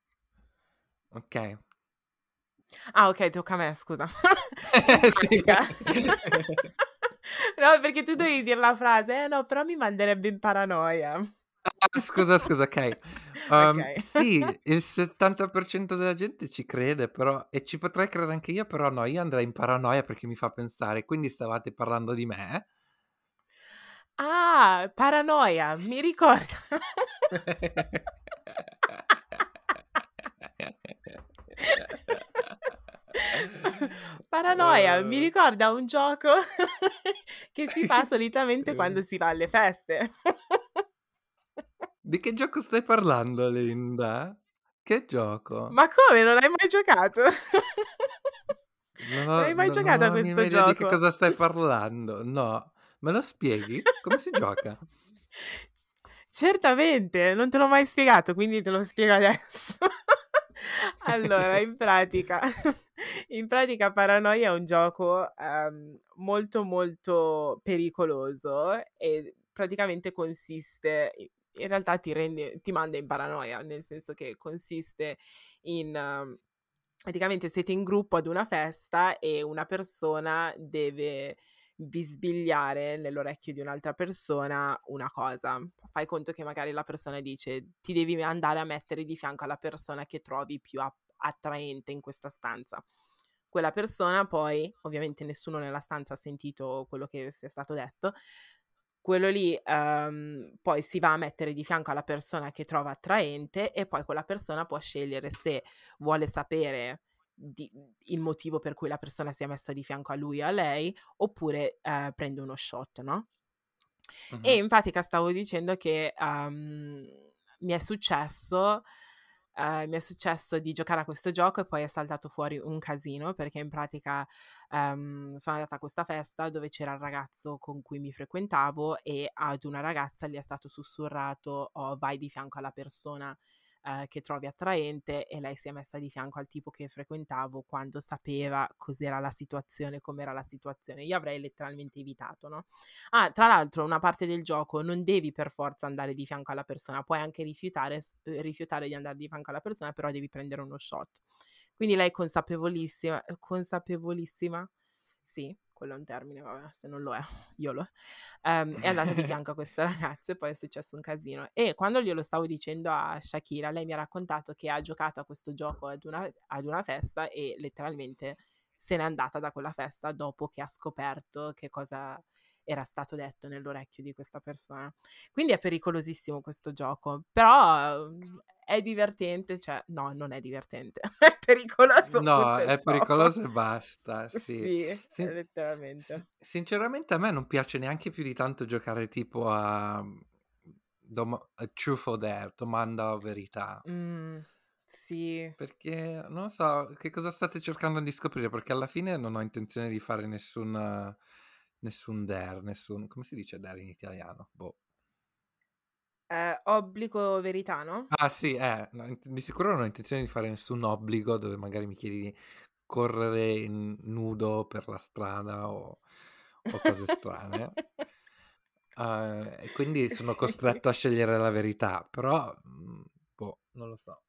ok.
Ah, okay, tocca a me, scusa. In
Sì.
pratica no, perché tu dovevi dir la frase: no, però mi manderebbe in paranoia."
Ah, scusa, ok.
Okay.
Sì, il 70% della gente ci crede, però, e ci potrei credere anche io, però no, io andrei in paranoia perché mi fa pensare, quindi stavate parlando di me?
Ah, paranoia, mi ricorda paranoia, mi
Eh,
ricorda un gioco che si fa solitamente quando si va alle feste.
Di che gioco stai parlando, Linda? Che gioco?
Ma come, non hai mai giocato?
Non
Non
ho,
hai mai
non
giocato
ho
a
la minima
questo
idea di che
gioco?
cosa stai parlando. No, me lo spieghi? Come si gioca?
Certamente, non te l'ho mai spiegato, quindi te lo spiego adesso. Allora, in pratica Paranoia è un gioco molto molto pericoloso e praticamente consiste, in realtà ti manda in paranoia, nel senso che consiste in, praticamente siete in gruppo ad una festa e una persona deve bisbigliare nell'orecchio di un'altra persona una cosa. Fai conto che magari la persona dice: "Ti devi andare a mettere di fianco alla persona che trovi più attraente in questa stanza". Quella persona poi, ovviamente nessuno nella stanza ha sentito quello che sia stato detto, quello lì, poi si va a mettere di fianco alla persona che trova attraente e poi quella persona può scegliere se vuole sapere il motivo per cui la persona si è messa di fianco a lui o a lei, oppure, prende uno shot, no? E
Mhm.
in pratica stavo dicendo che, mi è successo di giocare a questo gioco e poi è saltato fuori un casino, perché in pratica, sono andata a questa festa dove c'era il ragazzo con cui mi frequentavo e ad una ragazza gli è stato sussurrato: "Oh, vai di fianco alla persona, che trovi attraente", e lei si è messa di fianco al tipo che frequentavo quando sapeva cos'era la situazione, com'era la situazione. Io avrei letteralmente evitato, no? Ah, tra l'altro una parte del gioco non devi per forza andare di fianco alla persona, puoi anche rifiutare di andare di fianco alla persona, però devi prendere uno shot. Quindi lei consapevolissima, sì, quello è un termine, vabbè, se non lo è, YOLO, è andata di fianco a questa ragazza e poi è successo un casino. E quando glielo stavo dicendo a Shakira, lei mi ha raccontato che ha giocato a questo gioco ad una festa e letteralmente se n'è andata da quella festa dopo che ha scoperto che cosa era stato detto nell'orecchio di questa persona. Quindi è pericolosissimo questo gioco, però è divertente, cioè no, non è divertente, è pericoloso,
No,
punto e
è
stop.
pericoloso e basta, sì.
Sì,
Sin-
letteralmente.
Sinceramente a me non piace neanche più di tanto giocare tipo a Truth or Dare, domanda o verità.
Mm, sì.
Perché non so che cosa state cercando di scoprire, perché alla fine non ho intenzione di fare nessun dare, come si dice dare in italiano? Boh.
Obbligo verità, no?
Ah sì, no, di sicuro non ho intenzione di fare nessun obbligo dove magari mi chiedi di correre nudo per la strada o cose strane. E quindi sono
Sì.
costretto a scegliere la verità, però, boh, non lo so.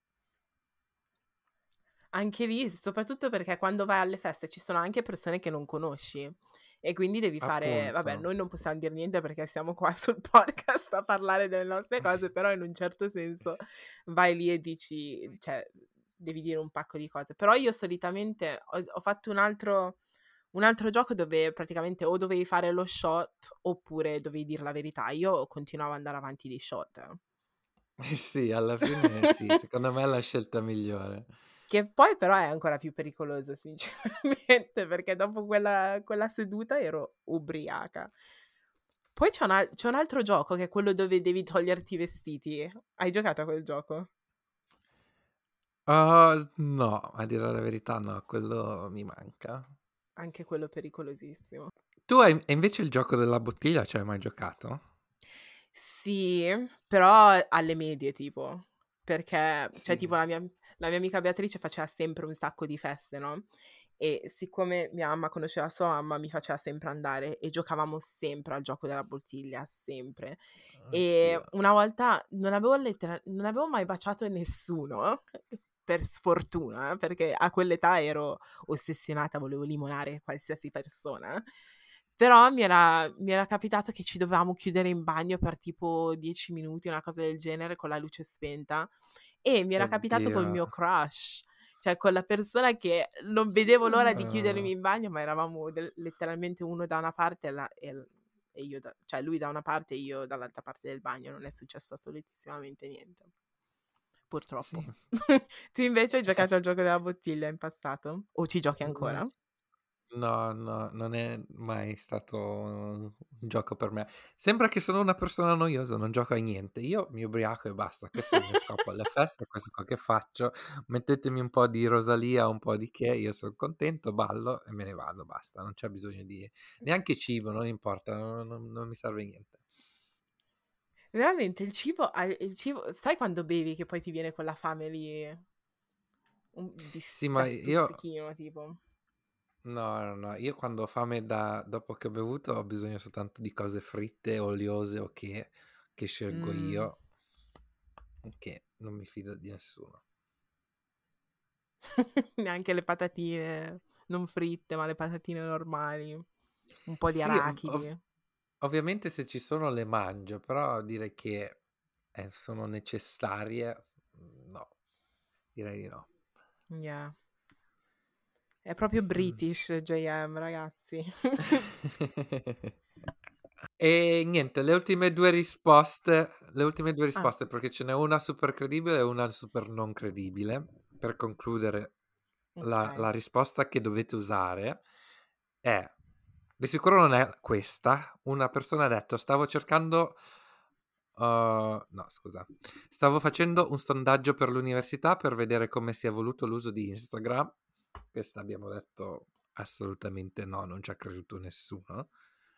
Anche lì, soprattutto perché quando vai alle feste ci sono anche persone che non conosci e quindi devi fare, vabbè,
Appunto.
noi non possiamo dire niente perché siamo qua sul podcast a parlare delle nostre cose, però in un certo senso vai lì e dici, cioè, devi dire un pacco di cose. Però io solitamente ho fatto un altro gioco dove praticamente o dovevi fare lo shot oppure dovevi dire la verità. Io continuavo ad andare avanti di shot.
Sì, alla fine sì, secondo me è la scelta migliore.
Che poi però è ancora più pericoloso sinceramente, perché dopo quella seduta ero ubriaca. Poi c'è un altro gioco che è quello dove devi toglierti i vestiti. Hai giocato a quel gioco?
No, a dire la verità no, quello mi manca.
Anche quello pericolosissimo.
Tu hai e invece il gioco della bottiglia ci hai mai giocato?
Sì, però alle medie tipo, perché cioè
Sì.
tipo la mia amica Beatrice faceva sempre un sacco di feste, no, e siccome mia mamma conosceva sua mamma, mi faceva sempre andare e giocavamo sempre al gioco della bottiglia, sempre. E
Oddio.
una volta non avevo mai baciato nessuno, per sfortuna, perché a quell'età ero ossessionata, volevo limonare qualsiasi persona. Però mi era capitato che ci dovevamo chiudere in bagno per tipo 10 minuti, una cosa del genere, con la luce spenta, e mi era capitato col
Oddio.
mio crush, cioè con la persona che non vedevo l'ora di chiudermi
Ah,
in bagno, ma eravamo letteralmente uno da una parte e io cioè lui da una parte e io dall'altra parte del bagno, non è successo assolutissimamente niente, purtroppo.
sì.
Tu invece hai giocato al gioco della bottiglia in passato? O ci giochi
Mm,
ancora?
No, no, non è mai stato un gioco per me. Sembra che sono una persona noiosa, non gioco a niente. Io mi ubriaco e basta. Questo è il mio scopo alle feste, questo è quello che faccio. Mettetemi un po' di Rosalia, un po' di che, io sono contento, ballo e me ne vado, basta. Non c'è bisogno di neanche cibo, non importa, non mi serve niente.
Veramente il cibo sai quando bevi che poi ti viene quella fame lì
Sì,
da
ma io...
stuzzichino, tipo.
No, io quando ho fame dopo che ho bevuto ho bisogno soltanto di cose fritte, oliose o che scelgo
Mm.
io, che non mi fido di nessuno.
Neanche le patatine non fritte, ma le patatine normali. Un po' di
Sì,
arachidi.
ovviamente se ci sono le mangio, però dire che sono necessarie, no, direi di no.
Yeah. È proprio
Mm.
British JM, ragazzi.
E niente, le ultime due
Ah,
risposte, perché ce n'è una super credibile e una super non credibile. Per concludere,
ok.
la risposta che dovete usare è, di sicuro non è questa. Una persona ha detto, no, scusa. Stavo facendo un sondaggio per l'università per vedere come si è evoluto l'uso di Instagram. Questa abbiamo detto assolutamente no, non ci ha creduto nessuno.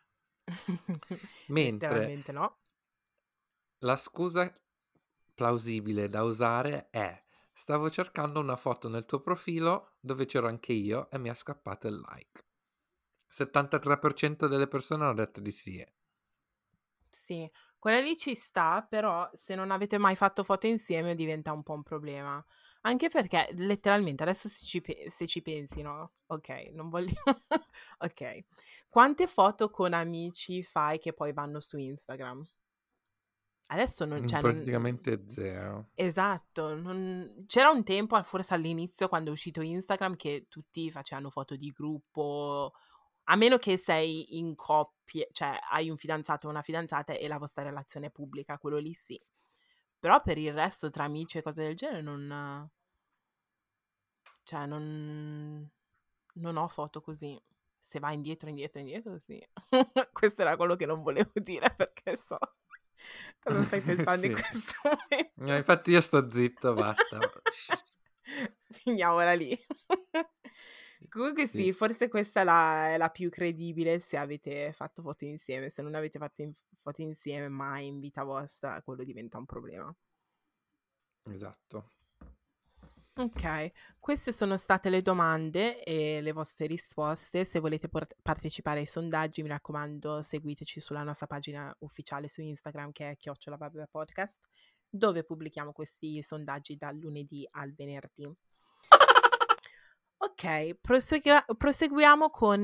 Mentre
Letteralmente no.
la scusa plausibile da usare è: stavo cercando una foto nel tuo profilo dove c'ero anche io e mi è scappato il like. 73% delle persone hanno detto di sì.
Sì, quella lì ci sta, però se non avete mai fatto foto insieme diventa un po' un problema. Anche perché letteralmente adesso se ci pensi, no? Ok, non voglio... ok. Quante foto con amici fai che poi vanno su Instagram? Adesso non... Cioè,
Praticamente zero.
esatto, c'era un tempo, forse all'inizio, quando è uscito Instagram, che tutti facevano foto di gruppo, a meno che sei in coppia, cioè hai un fidanzato o una fidanzata e la vostra relazione è pubblica, quello lì sì. Però per il resto, tra amici e cose del genere, cioè, non ho foto così. Se vai indietro, sì. Questo era quello che non volevo dire perché so cosa stai pensando in
Sì.
questo momento.
Infatti io sto zitto, basta.
Finiamola lì. Comunque
Sì,
sì, forse questa è la più credibile se avete fatto foto insieme. Se non avete fatto foto insieme mai in vita vostra, quello diventa un problema.
esatto.
Ok, queste sono state le domande e le vostre risposte. Se volete partecipare ai sondaggi, mi raccomando, seguiteci sulla nostra pagina ufficiale su Instagram che è @podcast, dove pubblichiamo questi sondaggi dal lunedì al venerdì. Ok, proseguiamo con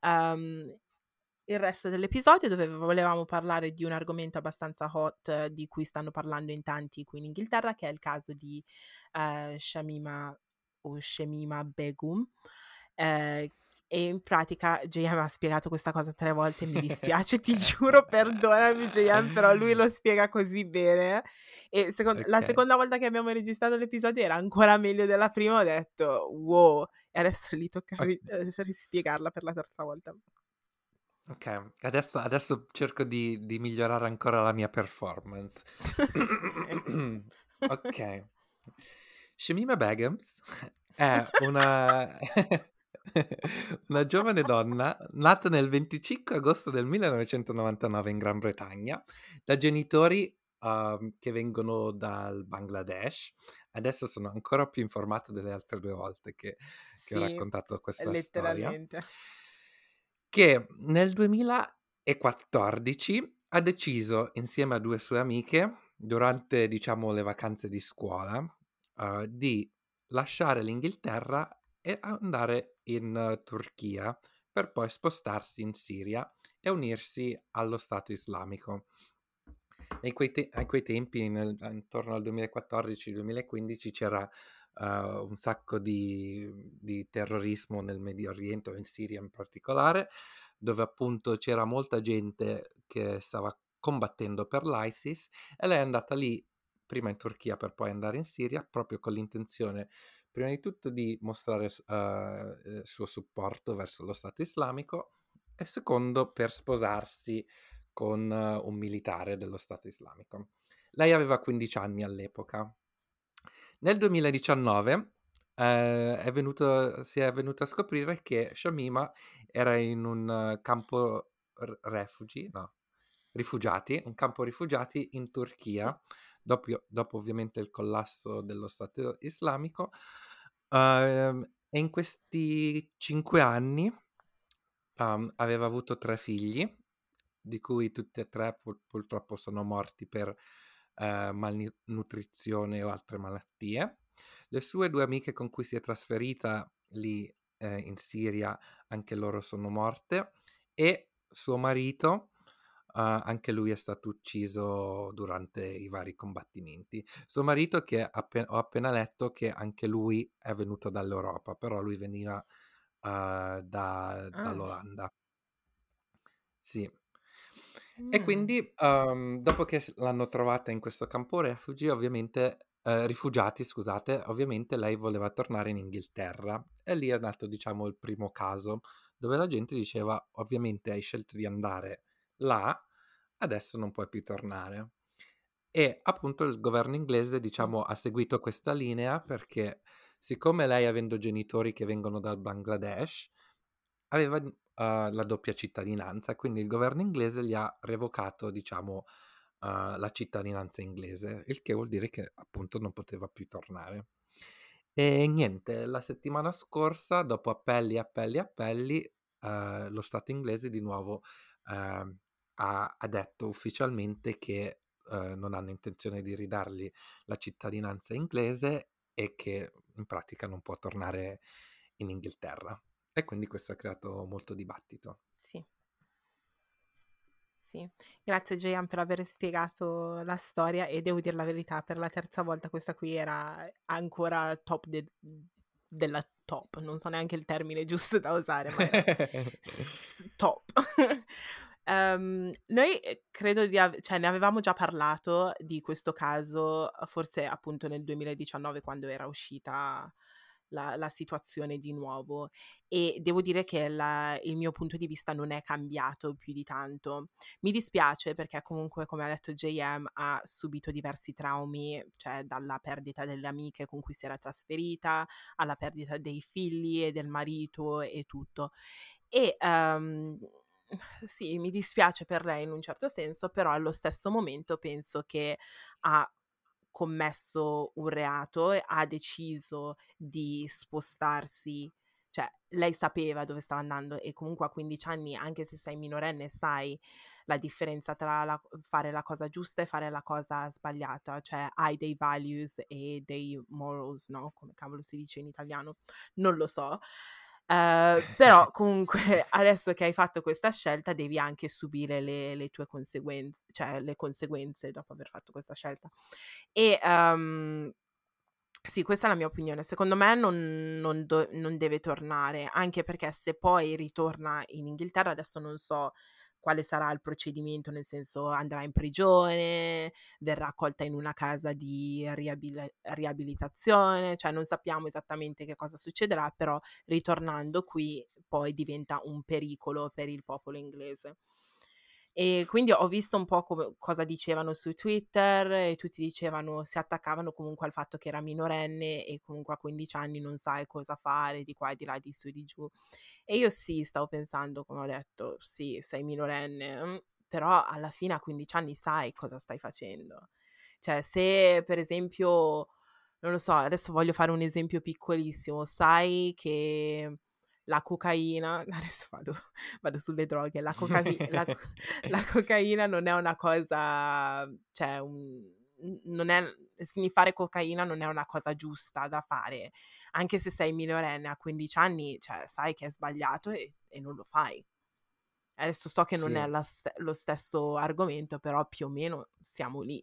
il resto dell'episodio dove volevamo parlare di un argomento abbastanza hot di cui stanno parlando in tanti qui in Inghilterra, che è il caso di Shamima o Shemima Begum. E in pratica JM ha spiegato questa cosa 3 volte, mi dispiace, ti giuro, perdonami JM, però lui lo spiega così bene. E la
Ok.
seconda volta che abbiamo registrato l'episodio era ancora meglio della prima, ho detto wow, e adesso gli tocca rispiegarla per la terza volta.
Ok, adesso cerco di migliorare ancora la mia performance.
Ok.
Ok. Shamima Begums è una giovane donna nata nel 25 agosto del 1999 in Gran Bretagna da genitori che vengono dal Bangladesh. Adesso sono ancora più informato delle altre 2 volte che ho
Sì,
raccontato questa storia.
letteralmente.
Che nel 2014 ha deciso, insieme a 2 sue amiche, durante, diciamo, le vacanze di scuola, di lasciare l'Inghilterra e andare in Turchia per poi spostarsi in Siria e unirsi allo Stato islamico. A quei tempi, intorno al 2014-2015, c'era un sacco di terrorismo nel Medio Oriente o in Siria in particolare, dove appunto c'era molta gente che stava combattendo per l'ISIS e lei è andata lì prima in Turchia per poi andare in Siria proprio con l'intenzione prima di tutto di mostrare il suo supporto verso lo Stato islamico e secondo per sposarsi con un militare dello Stato islamico. Lei aveva 15 anni all'epoca. Nel 2019 si è venuto a scoprire che Shamima era in un campo rifugiati, un campo rifugiati in
Sì.
Turchia, dopo ovviamente il collasso dello Stato islamico, E in questi 5 anni aveva avuto 3 figli, di cui tutti e 3 purtroppo sono morti per malnutrizione o altre malattie. Le sue 2 amiche con cui si è trasferita lì in Siria, anche loro sono morte, e suo marito, anche lui è stato ucciso durante i vari combattimenti. Suo marito che ho appena letto che anche lui è venuto dall'Europa, però lui veniva
Ah.
dall'Olanda. Sì. E
Mm.
quindi, dopo che l'hanno trovata in questo campo rifugiati, scusate, ovviamente lei voleva tornare in Inghilterra. E lì è nato, diciamo, il primo caso, dove la gente diceva, ovviamente hai scelto di andare là, adesso non puoi più tornare. E appunto il governo inglese,
Sì,
diciamo, ha seguito questa linea perché siccome lei, avendo genitori che vengono dal Bangladesh, aveva la doppia cittadinanza, quindi il governo inglese gli ha revocato, diciamo, la cittadinanza inglese, il che vuol dire che appunto non poteva più tornare. E niente, la settimana scorsa, dopo appelli, appelli, appelli, lo Stato inglese di nuovo ha detto ufficialmente che non hanno intenzione di ridargli la cittadinanza inglese e che in pratica non può tornare in Inghilterra. E quindi questo ha creato molto dibattito.
sì, sì. Grazie Gian per aver spiegato la storia e devo dire la verità, per la terza volta questa qui era ancora top della top, non so neanche il termine giusto da usare, ma era s- top. Noi credo cioè ne avevamo già parlato di questo caso, forse appunto nel 2019 quando era uscita la situazione di nuovo e devo dire che il mio punto di vista non è cambiato più di tanto. Mi dispiace perché comunque, come ha detto JM, ha subito diversi traumi, cioè dalla perdita delle amiche con cui si era trasferita, alla perdita dei figli e del marito e tutto. E sì, mi dispiace per lei in un certo senso, però allo stesso momento penso che ha commesso un reato e ha deciso di spostarsi, cioè lei sapeva dove stava andando e comunque a 15 anni, anche se sei minorenne, sai la differenza tra fare la cosa giusta e fare la cosa sbagliata, cioè hai dei values e dei morals, no? Come cavolo si dice in italiano? Non lo so. Però comunque adesso che hai fatto questa scelta devi anche subire le tue conseguenze, cioè le conseguenze dopo aver fatto questa scelta. E sì, questa è la mia opinione. Secondo me non deve tornare, anche perché se poi ritorna in Inghilterra, adesso non so quale sarà il procedimento, nel senso andrà in prigione, verrà accolta in una casa di riabilitazione, cioè non sappiamo esattamente che cosa succederà, però ritornando qui poi diventa un pericolo per il popolo inglese. E quindi ho visto un po' cosa dicevano su Twitter e tutti dicevano, si attaccavano comunque al fatto che era minorenne e comunque a 15 anni non sai cosa fare di qua e di là, di su e di giù. E io sì, stavo pensando, come ho detto, sì, sei minorenne, però alla fine a 15 anni sai cosa stai facendo. Cioè, se per esempio, non lo so, adesso voglio fare un esempio piccolissimo, sai che la cocaina, adesso vado sulle droghe, la cocaina non è una cosa, cioè non è, sniffare cocaina non è una cosa giusta da fare, anche se sei minorenne a 15 anni, cioè sai che è sbagliato e non lo fai. Adesso so che non
Sì.
è lo stesso argomento, però più o meno siamo lì.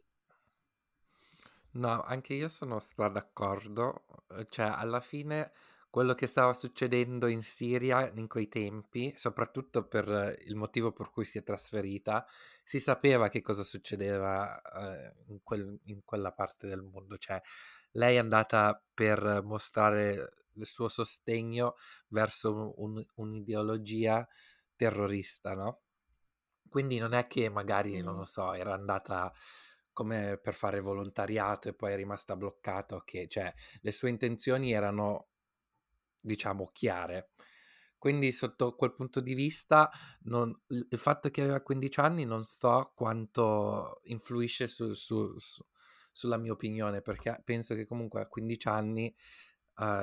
No, anche io sono d'accordo. Cioè, alla fine quello che stava succedendo in Siria in quei tempi, soprattutto per il motivo per cui si è trasferita, si sapeva che cosa succedeva in quella parte del mondo. Cioè, lei è andata per mostrare il suo sostegno verso un'ideologia terrorista, no? Quindi non è che magari, non
Mm.
lo so, era andata come per fare volontariato e poi è rimasta bloccata, ok, cioè le sue intenzioni erano, diciamo, chiare. Quindi sotto quel punto di vista, il fatto che aveva 15 anni non so quanto influisce sulla mia opinione, perché penso che comunque a 15 anni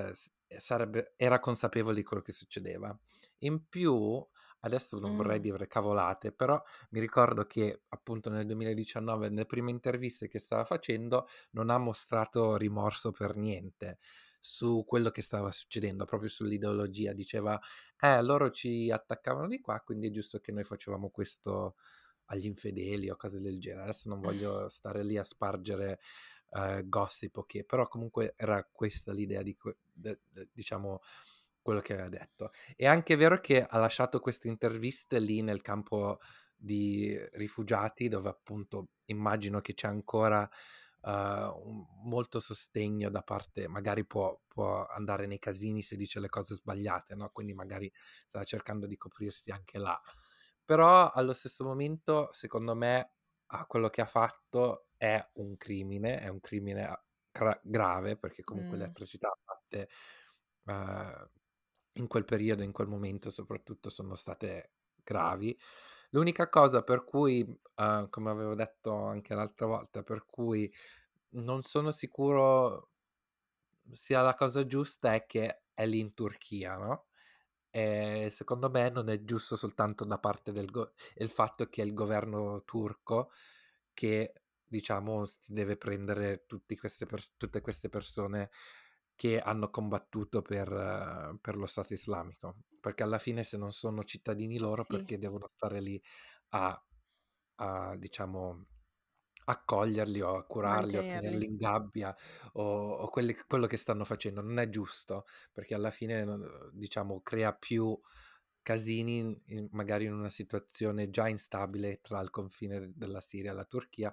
era consapevole di quello che succedeva. In più, adesso non vorrei
Mm.
dire cavolate, però mi ricordo che appunto nel 2019, nelle prime interviste che stava facendo, non ha mostrato rimorso per niente su quello che stava succedendo, proprio sull'ideologia. Diceva, loro ci attaccavano di qua, quindi è giusto che noi facevamo questo agli infedeli o cose del genere. Adesso non voglio stare lì a spargere gossip, ok, però comunque era questa l'idea diciamo quello che aveva detto. È anche vero che ha lasciato queste interviste lì nel campo di rifugiati, dove appunto immagino che c'è ancora molto sostegno da parte, magari può andare nei casini se dice le cose sbagliate, no? Quindi magari stava cercando di coprirsi anche là. Però allo stesso momento, secondo me, quello che ha fatto è un crimine grave, perché comunque le
Mm.
atrocità fatte eh, in quel periodo, in quel momento soprattutto, sono state gravi. L'unica cosa per cui, come avevo detto anche l'altra volta, per cui non sono sicuro sia la cosa giusta è che è lì in Turchia, no? E secondo me non è giusto soltanto da parte il fatto che è il governo turco che, diciamo, si deve prendere tutte queste persone che hanno combattuto per lo Stato islamico. Perché alla fine se non sono cittadini loro,
Sì,
perché devono stare lì a, diciamo, accoglierli o a curarli o
mantenerli.
tenerli in gabbia o quello che stanno facendo. Non è giusto, perché alla fine, diciamo, crea più casini magari in una situazione già instabile tra il confine della Siria e la Turchia.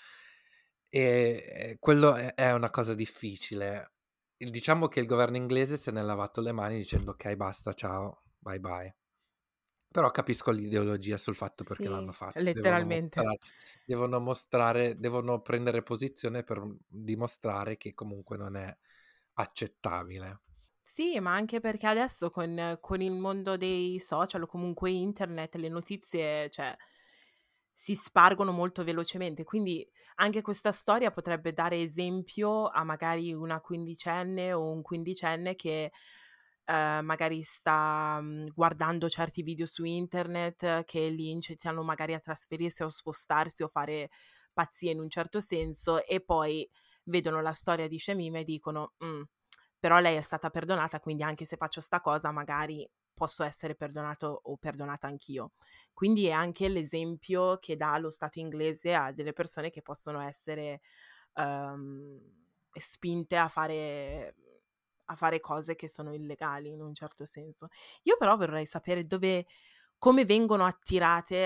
E quello è una cosa difficile. Diciamo che il governo inglese se n'è lavato le mani dicendo ok, basta, ciao, bye bye. Però capisco l'ideologia sul fatto perché l'hanno
Sì,
fatto.
letteralmente.
Devono prendere posizione per dimostrare che comunque non è accettabile.
Sì, ma anche perché adesso con il mondo dei social o comunque internet le notizie, cioè, si spargono molto velocemente. Quindi anche questa storia potrebbe dare esempio a magari una quindicenne o un quindicenne che magari sta guardando certi video su internet che li incitano magari a trasferirsi o spostarsi o fare pazzie in un certo senso e poi vedono la storia di Shamima e dicono: però lei è stata perdonata, quindi anche se faccio sta cosa magari posso essere perdonato o perdonata anch'io. Quindi è anche l'esempio che dà lo Stato inglese a delle persone che possono essere, spinte a fare cose che sono illegali in un certo senso. Io però vorrei sapere come vengono attirate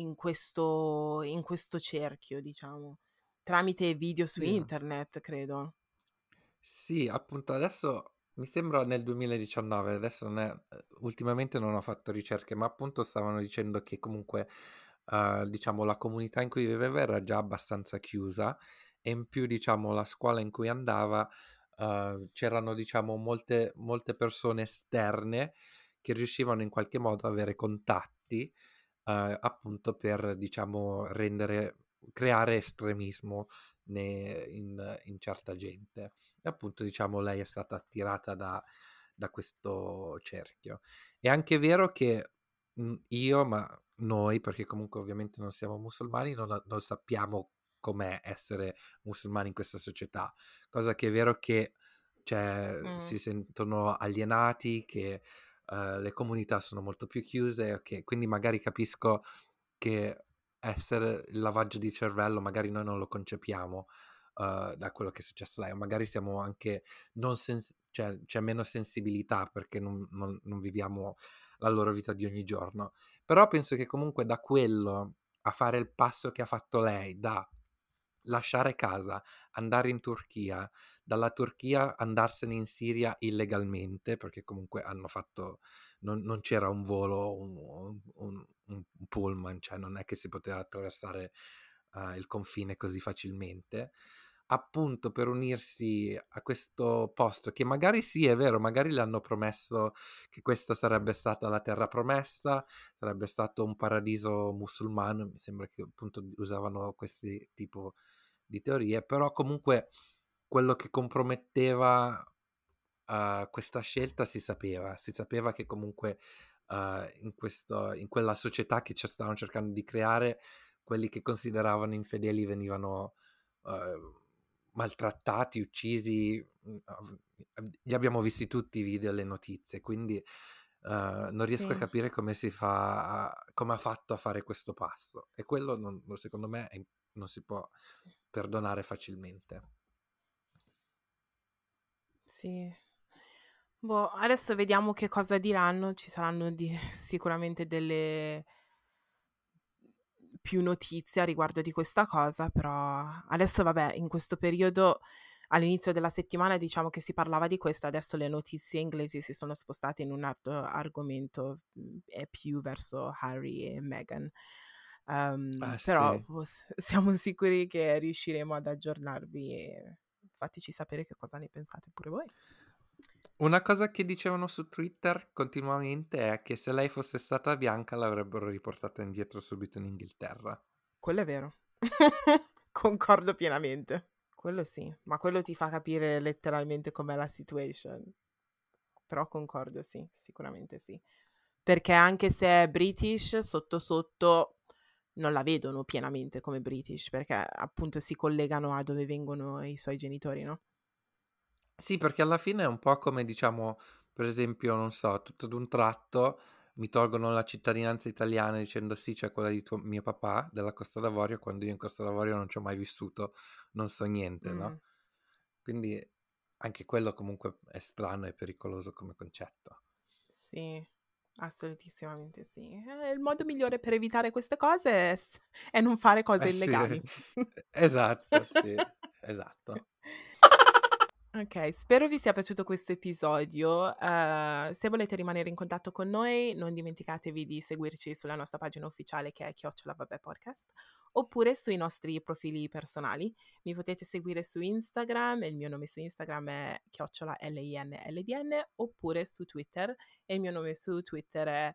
in questo cerchio, diciamo, tramite video su
Sì.
internet, credo.
Sì, appunto, adesso mi sembra nel 2019, adesso non è, ultimamente non ho fatto ricerche, ma appunto stavano dicendo che comunque, diciamo, la comunità in cui viveva era già abbastanza chiusa e in più, diciamo, la scuola in cui andava, c'erano, diciamo, molte persone esterne che riuscivano in qualche modo ad avere contatti, appunto per, diciamo, creare estremismo in certa gente. E appunto, diciamo, lei è stata attirata da questo cerchio. È anche vero che io, ma noi, perché comunque ovviamente non siamo musulmani, non sappiamo com'è essere musulmani in questa società, cosa che è vero che cioè,
Mh.
si sentono alienati, che le comunità sono molto più chiuse, ok, quindi magari capisco che essere il lavaggio di cervello, magari noi non lo concepiamo da quello che è successo a lei, o magari siamo anche cioè c'è meno sensibilità perché non viviamo la loro vita di ogni giorno. Però penso che comunque da quello a fare il passo che ha fatto lei, da lasciare casa, andare in Turchia, dalla Turchia andarsene in Siria illegalmente, perché comunque hanno fatto, non c'era un volo, un pullman, cioè non è che si poteva attraversare il confine così facilmente, appunto per unirsi a questo posto che magari sì, è vero, magari le hanno promesso che questa sarebbe stata la terra promessa, sarebbe stato un paradiso musulmano, mi sembra che appunto usavano questi tipo di teorie, però comunque quello che comprometteva questa scelta si sapeva che comunque in quella società che ci stavano cercando di creare, quelli che consideravano infedeli venivano maltrattati, uccisi. Li abbiamo visti tutti i video e le notizie, quindi non riesco a
Sì,
capire come come ha fatto a fare questo passo, e quello secondo me non si può
sì,
perdonare facilmente.
sì. Boh, adesso vediamo che cosa diranno. Ci saranno sicuramente delle più notizie a riguardo di questa cosa, però adesso vabbè, in questo periodo, all'inizio della settimana, diciamo che si parlava di questo, adesso le notizie inglesi si sono spostate in un altro argomento, è più verso Harry e Meghan.
Ah
Però
sì.
siamo sicuri che riusciremo ad aggiornarvi e fateci sapere che cosa ne pensate pure voi.
Una cosa che dicevano su Twitter continuamente è che se lei fosse stata bianca l'avrebbero riportata indietro subito in Inghilterra.
Quello è vero. Concordo pienamente. Quello sì, ma quello ti fa capire letteralmente com'è la situation. Però concordo, sì, sicuramente sì. Perché anche se è British, sotto sotto non la vedono pienamente come British, perché appunto si collegano a dove vengono i suoi genitori, no?
Sì, perché alla fine è un po' come, diciamo, per esempio, non so, tutto d'un tratto mi tolgono la cittadinanza italiana dicendo sì, c'è quella di mio papà della Costa d'Avorio, quando io in Costa d'Avorio non ci ho mai vissuto, non so niente,
Mm,
no? Quindi anche quello comunque è strano e pericoloso come concetto.
sì, assolutissimamente sì. Il modo migliore per evitare queste cose è non fare cose
Eh sì,
illegali.
esatto, sì, esatto.
Ok, spero vi sia piaciuto questo episodio. Se volete rimanere in contatto con noi, non dimenticatevi di seguirci sulla nostra pagina ufficiale che è @vabbè podcast, oppure sui nostri profili personali. Mi potete seguire su Instagram, il mio nome su Instagram è @linldn, oppure su Twitter, e il mio nome su Twitter è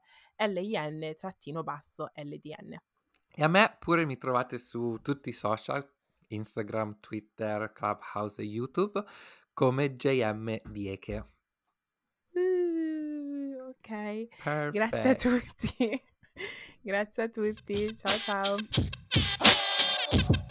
lin_ldn.
E a me pure mi trovate su tutti i social, Instagram, Twitter, Clubhouse e YouTube, come JM Dieke.
Ok, grazie a
Perfect.
tutti. Grazie a tutti. Ciao ciao.